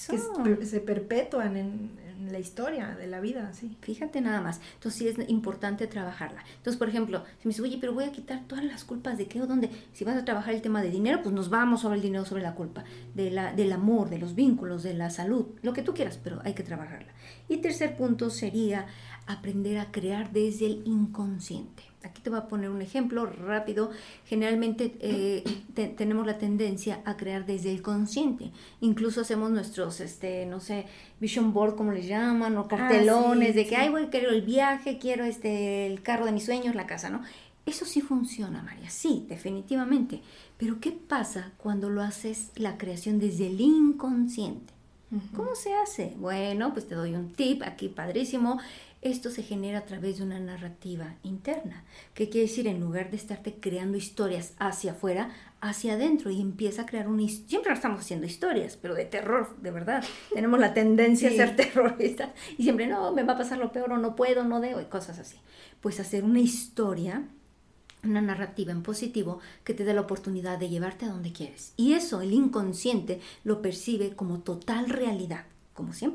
que se perpetúan en, en la historia de la vida, sí. Fíjate nada más. Entonces sí es importante trabajarla. Entonces, por ejemplo, si me dice, oye, pero voy a quitar todas las culpas de qué o dónde. Si vas a trabajar el tema de dinero, pues nos vamos sobre el dinero, sobre la culpa, de la, del amor, de los vínculos, de la salud, lo que tú quieras, pero hay que trabajarla. Y tercer punto sería aprender a crear desde el inconsciente. Aquí te voy a poner un ejemplo rápido. Generalmente eh, te, tenemos la tendencia a crear desde el consciente. Incluso hacemos nuestros, este, no sé, vision board, como les llaman, o cartelones, ah, sí, de que, sí. ay, güey, quiero el viaje, quiero este, el carro de mis sueños, la casa, ¿no? Eso sí funciona, María, sí, definitivamente. Pero ¿qué pasa cuando lo haces la creación desde el inconsciente? Uh-huh. ¿Cómo se hace? Bueno, pues te doy un tip aquí padrísimo. Esto se genera a través de una narrativa interna. ¿Qué quiere decir? En lugar de estarte creando historias hacia afuera, hacia adentro, y empieza a crear una historia. Siempre estamos haciendo historias, pero de terror, de verdad. Tenemos la tendencia sí. a ser terroristas y siempre, no, me va a pasar lo peor, o no puedo, no debo, y cosas así. Pues hacer una historia, una narrativa en positivo que te dé la oportunidad de llevarte a donde quieres. Y eso el inconsciente lo percibe como total realidad, como siempre.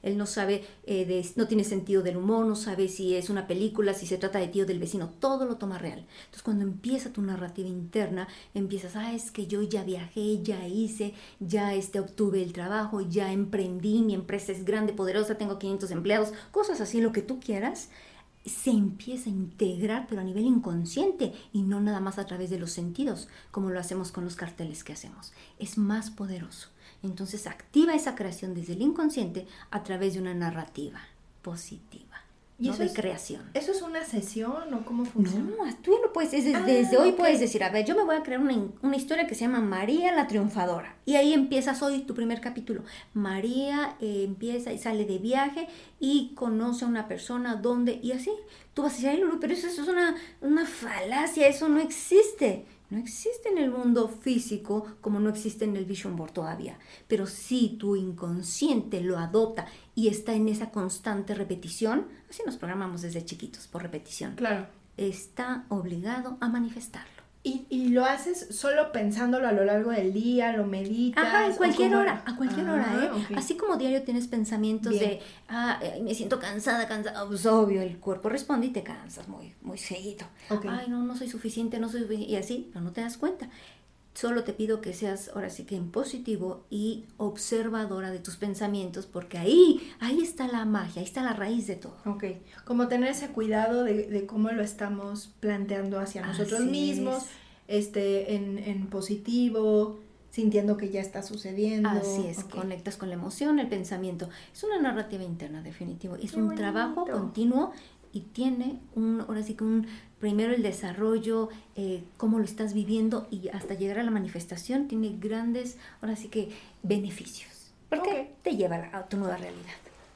él no sabe, eh, de, no tiene sentido del humor, no sabe si es una película, si se trata de ti o del vecino, todo lo toma real. Entonces cuando empieza tu narrativa interna, empiezas, ah, es que yo ya viajé, ya hice, ya este, obtuve el trabajo, ya emprendí, mi empresa es grande, poderosa, tengo quinientos empleados, cosas así, lo que tú quieras, se empieza a integrar, pero a nivel inconsciente y no nada más a través de los sentidos, como lo hacemos con los carteles que hacemos. Es más poderoso. Entonces activa esa creación desde el inconsciente a través de una narrativa positiva. ¿Y ¿no? eso de es, creación. ¿Eso es una sesión o cómo funciona? No, tú ya lo puedes, desde, ah, desde hoy okay. puedes decir, a ver, yo me voy a crear una, una historia que se llama María la Triunfadora. Y ahí empiezas hoy tu primer capítulo. María eh, empieza y sale de viaje y conoce a una persona donde, y así, tú vas a decir, ay, Lulu, pero eso, eso es una, una falacia, eso no existe. No existe en el mundo físico como no existe en el Vision Board todavía. Pero si tu inconsciente lo adopta y está en esa constante repetición, así nos programamos desde chiquitos por repetición. Claro. Está obligado a manifestarlo. ¿Y, y lo haces solo pensándolo a lo largo del día? ¿Lo meditas? Ajá, en cualquier cómo... hora, a cualquier ah, hora, ¿eh? Okay. Así como diario tienes pensamientos Bien. de, ah, me siento cansada, cansada, pues obvio, el cuerpo responde y te cansas muy, muy seguido. Okay. Ay, no, no soy suficiente, no soy suficiente, y así, pero no te das cuenta. Solo te pido que seas, ahora sí que en positivo y observadora de tus pensamientos, porque ahí, ahí está la magia, ahí está la raíz de todo. Ok, como tener ese cuidado de, de cómo lo estamos planteando hacia nosotros Así mismos, es. este, en, en positivo, sintiendo que ya está sucediendo. Así es, okay. Conectas con la emoción, el pensamiento. Es una narrativa interna, definitivo. Es Qué un bonito. trabajo continuo y tiene un, ahora sí que un, primero el desarrollo, eh, cómo lo estás viviendo y hasta llegar a la manifestación tiene grandes, ahora sí que beneficios. Porque okay. te lleva a, la, a tu nueva realidad.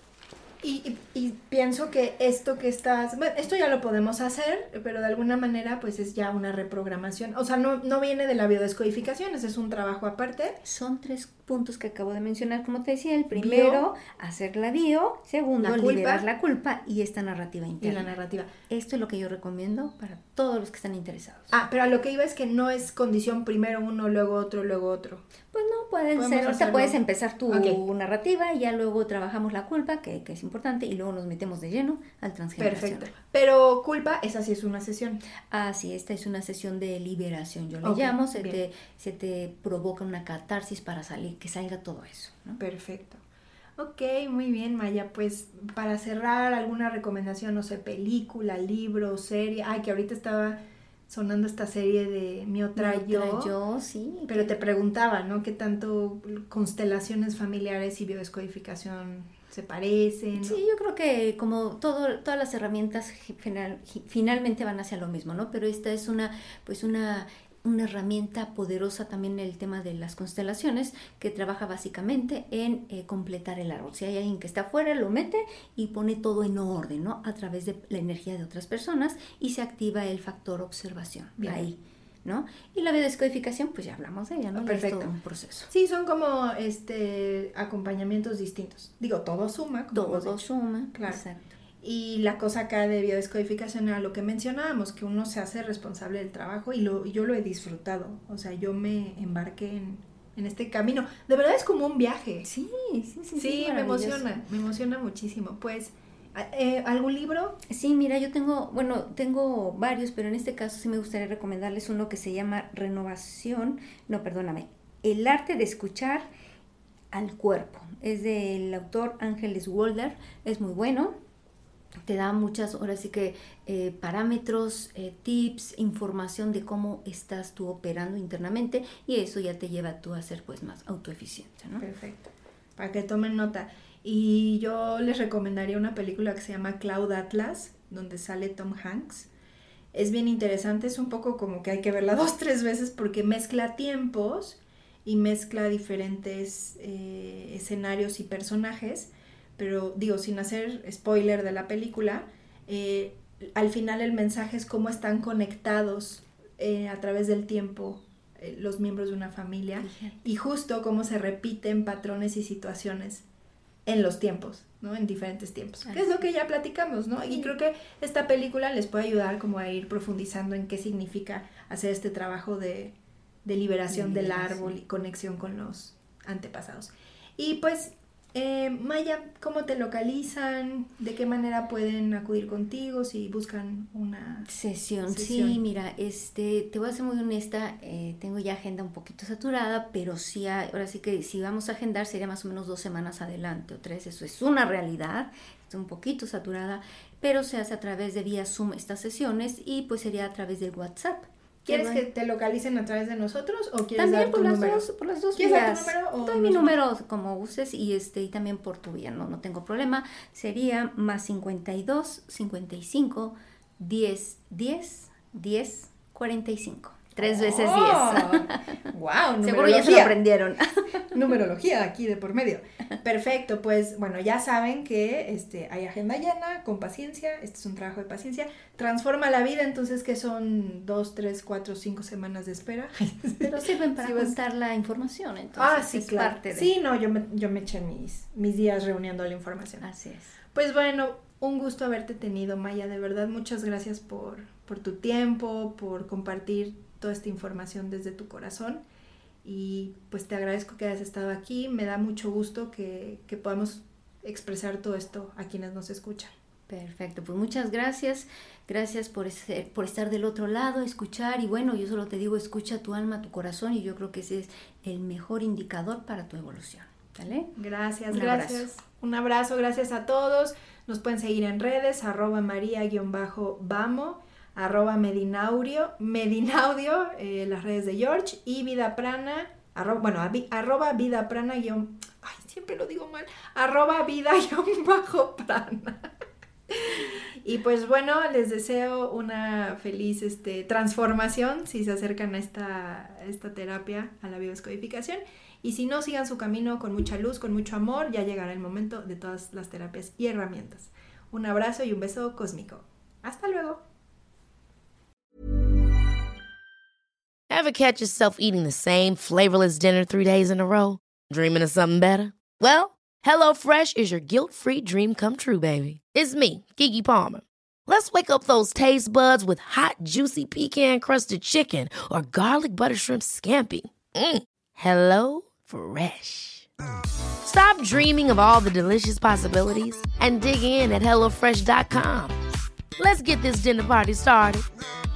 Y, y, y pienso que esto que estás, bueno, esto ya lo podemos hacer, pero de alguna manera pues es ya una reprogramación, o sea, no, no viene de la biodescodificación, ese es un trabajo aparte. Son tres puntos que acabo de mencionar, como te decía, el primero, bio, hacer la bio, segundo, la liberar la culpa y esta narrativa interna. Y la narrativa. Esto es lo que yo recomiendo para todos los que están interesados. Ah, pero a lo que iba es que no es condición primero uno, luego otro, luego otro. Pues no, pueden ser, ahorita puedes empezar tu okay. narrativa y ya luego trabajamos la culpa, que, que es importante, y luego nos metemos de lleno al transgeneración. Perfecto. Pero culpa, esa sí es una sesión. Ah, sí, esta es una sesión de liberación, yo le okay. llamo, se te, se te provoca una catarsis para salir, que salga todo eso, ¿no? Perfecto. Ok, muy bien, Maya. Pues para cerrar, alguna recomendación, no sé, película, libro, serie. Ay, que ahorita estaba sonando esta serie de Mi Otra, Mi Yo. Otra Yo, sí. Pero te preguntaba, ¿no? ¿Qué tanto constelaciones familiares y biodescodificación se parecen? Sí, yo creo que como todo, todas las herramientas final, finalmente van hacia lo mismo, ¿no? Pero esta es una, pues una... una herramienta poderosa también en el tema de las constelaciones que trabaja básicamente en eh, completar el árbol. Si hay alguien que está afuera, lo mete y pone todo en orden, ¿no? A través de la energía de otras personas y se activa el factor observación. Bien. Ahí, ¿no? Y la biodescodificación, pues ya hablamos de ella, ¿no? Perfecto. Es todo un proceso. Sí, son como este acompañamientos distintos. Digo, todo suma. Como todo suma, claro. Exacto. Y la cosa acá de biodescodificación era lo que mencionábamos, que uno se hace responsable del trabajo y lo, yo lo he disfrutado. O sea, yo me embarqué en, en este camino. De verdad es como un viaje. Sí, sí, sí. Sí, sí me emociona, me emociona muchísimo. Pues, eh, ¿algún libro? Sí, mira, yo tengo, bueno, tengo varios, pero en este caso sí me gustaría recomendarles uno que se llama Renovación, no, perdóname, El arte de escuchar al cuerpo. Es del autor Ángeles Walder, es muy bueno. Te da muchas, ahora sí que eh, parámetros, eh, tips, información de cómo estás tú operando internamente y eso ya te lleva tú a ser pues más autoeficiente, ¿no? Perfecto, para que tomen nota. Y yo les recomendaría una película que se llama Cloud Atlas, donde sale Tom Hanks. Es bien interesante, es un poco como que hay que verla dos, tres veces porque mezcla tiempos y mezcla diferentes eh, escenarios y personajes. Pero digo, sin hacer spoiler de la película, eh, al final el mensaje es cómo están conectados eh, a través del tiempo eh, los miembros de una familia. Fíjate. Y justo cómo se repiten patrones y situaciones en los tiempos, ¿no? En diferentes tiempos. Así. Que es lo que ya platicamos, ¿no? Sí. Y creo que esta película les puede ayudar como a ir profundizando en qué significa hacer este trabajo de, de liberación de del árbol y conexión con los antepasados. Y pues Eh, Maya, ¿cómo te localizan? ¿De qué manera pueden acudir contigo si buscan una sesión? sesión? Sí, mira, este, te voy a ser muy honesta, eh, tengo ya agenda un poquito saturada, pero sí, hay, ahora sí que si vamos a agendar sería más o menos dos semanas adelante o tres, eso es una realidad, estoy un poquito saturada, pero se hace a través de vía Zoom estas sesiones y pues sería a través del WhatsApp. ¿Quieres que te localicen a través de nosotros o quieres también dar tu por las número? dos, por las dos ¿Quieres dar vías. tu número o Doy mi nosotros? número como uses y este y también por tu vía, no, no tengo problema. Sería más cincuenta y dos, cincuenta y cinco, diez, diez, diez, cuarenta y cinco. Tres veces diez. Wow, Seguro ya se lo aprendieron. Numerología aquí de por medio. Perfecto, pues bueno, ya saben que este, hay agenda llena, con paciencia, este es un trabajo de paciencia, transforma la vida, entonces que son dos, tres, cuatro, cinco semanas de espera. Pero sirven para Sí, vas- contar la información, entonces Ah, sí, es claro. parte de... Sí, no, yo me, yo me eché mis, mis días reuniendo la información. Así es. Pues bueno, un gusto haberte tenido, Maya, de verdad, muchas gracias por, por tu tiempo, por compartir toda esta información desde tu corazón y pues te agradezco que hayas estado aquí, me da mucho gusto que, que podamos expresar todo esto a quienes nos escuchan. Perfecto, pues muchas gracias, gracias por, ese, por estar del otro lado, escuchar y bueno, yo solo te digo, escucha tu alma, tu corazón y yo creo que ese es el mejor indicador para tu evolución, ¿vale? Gracias, Un gracias. abrazo. Un abrazo, gracias a todos. Nos pueden seguir en redes, arroba maría-bamo, arroba medinaudio, medinaudio, eh, las redes de George, y vida prana, arroba, bueno, avi- arroba vida prana guión, ay, siempre lo digo mal, arroba vida guión bajo prana. Y pues bueno, les deseo una feliz este, transformación si se acercan a esta, a esta terapia, a la biodescodificación. Y si no, sigan su camino con mucha luz, con mucho amor, ya llegará el momento de todas las terapias y herramientas. Un abrazo y un beso cósmico. Hasta luego. Ever catch yourself eating the same flavorless dinner three days in a row? Dreaming of something better? Well, HelloFresh is your guilt-free dream come true, baby. It's me, Keke Palmer. Let's wake up those taste buds with hot, juicy pecan-crusted chicken or garlic butter shrimp scampi. Mm. Hello Fresh. Stop dreaming of all the delicious possibilities and dig in at hello fresh dot com. Let's get this dinner party started.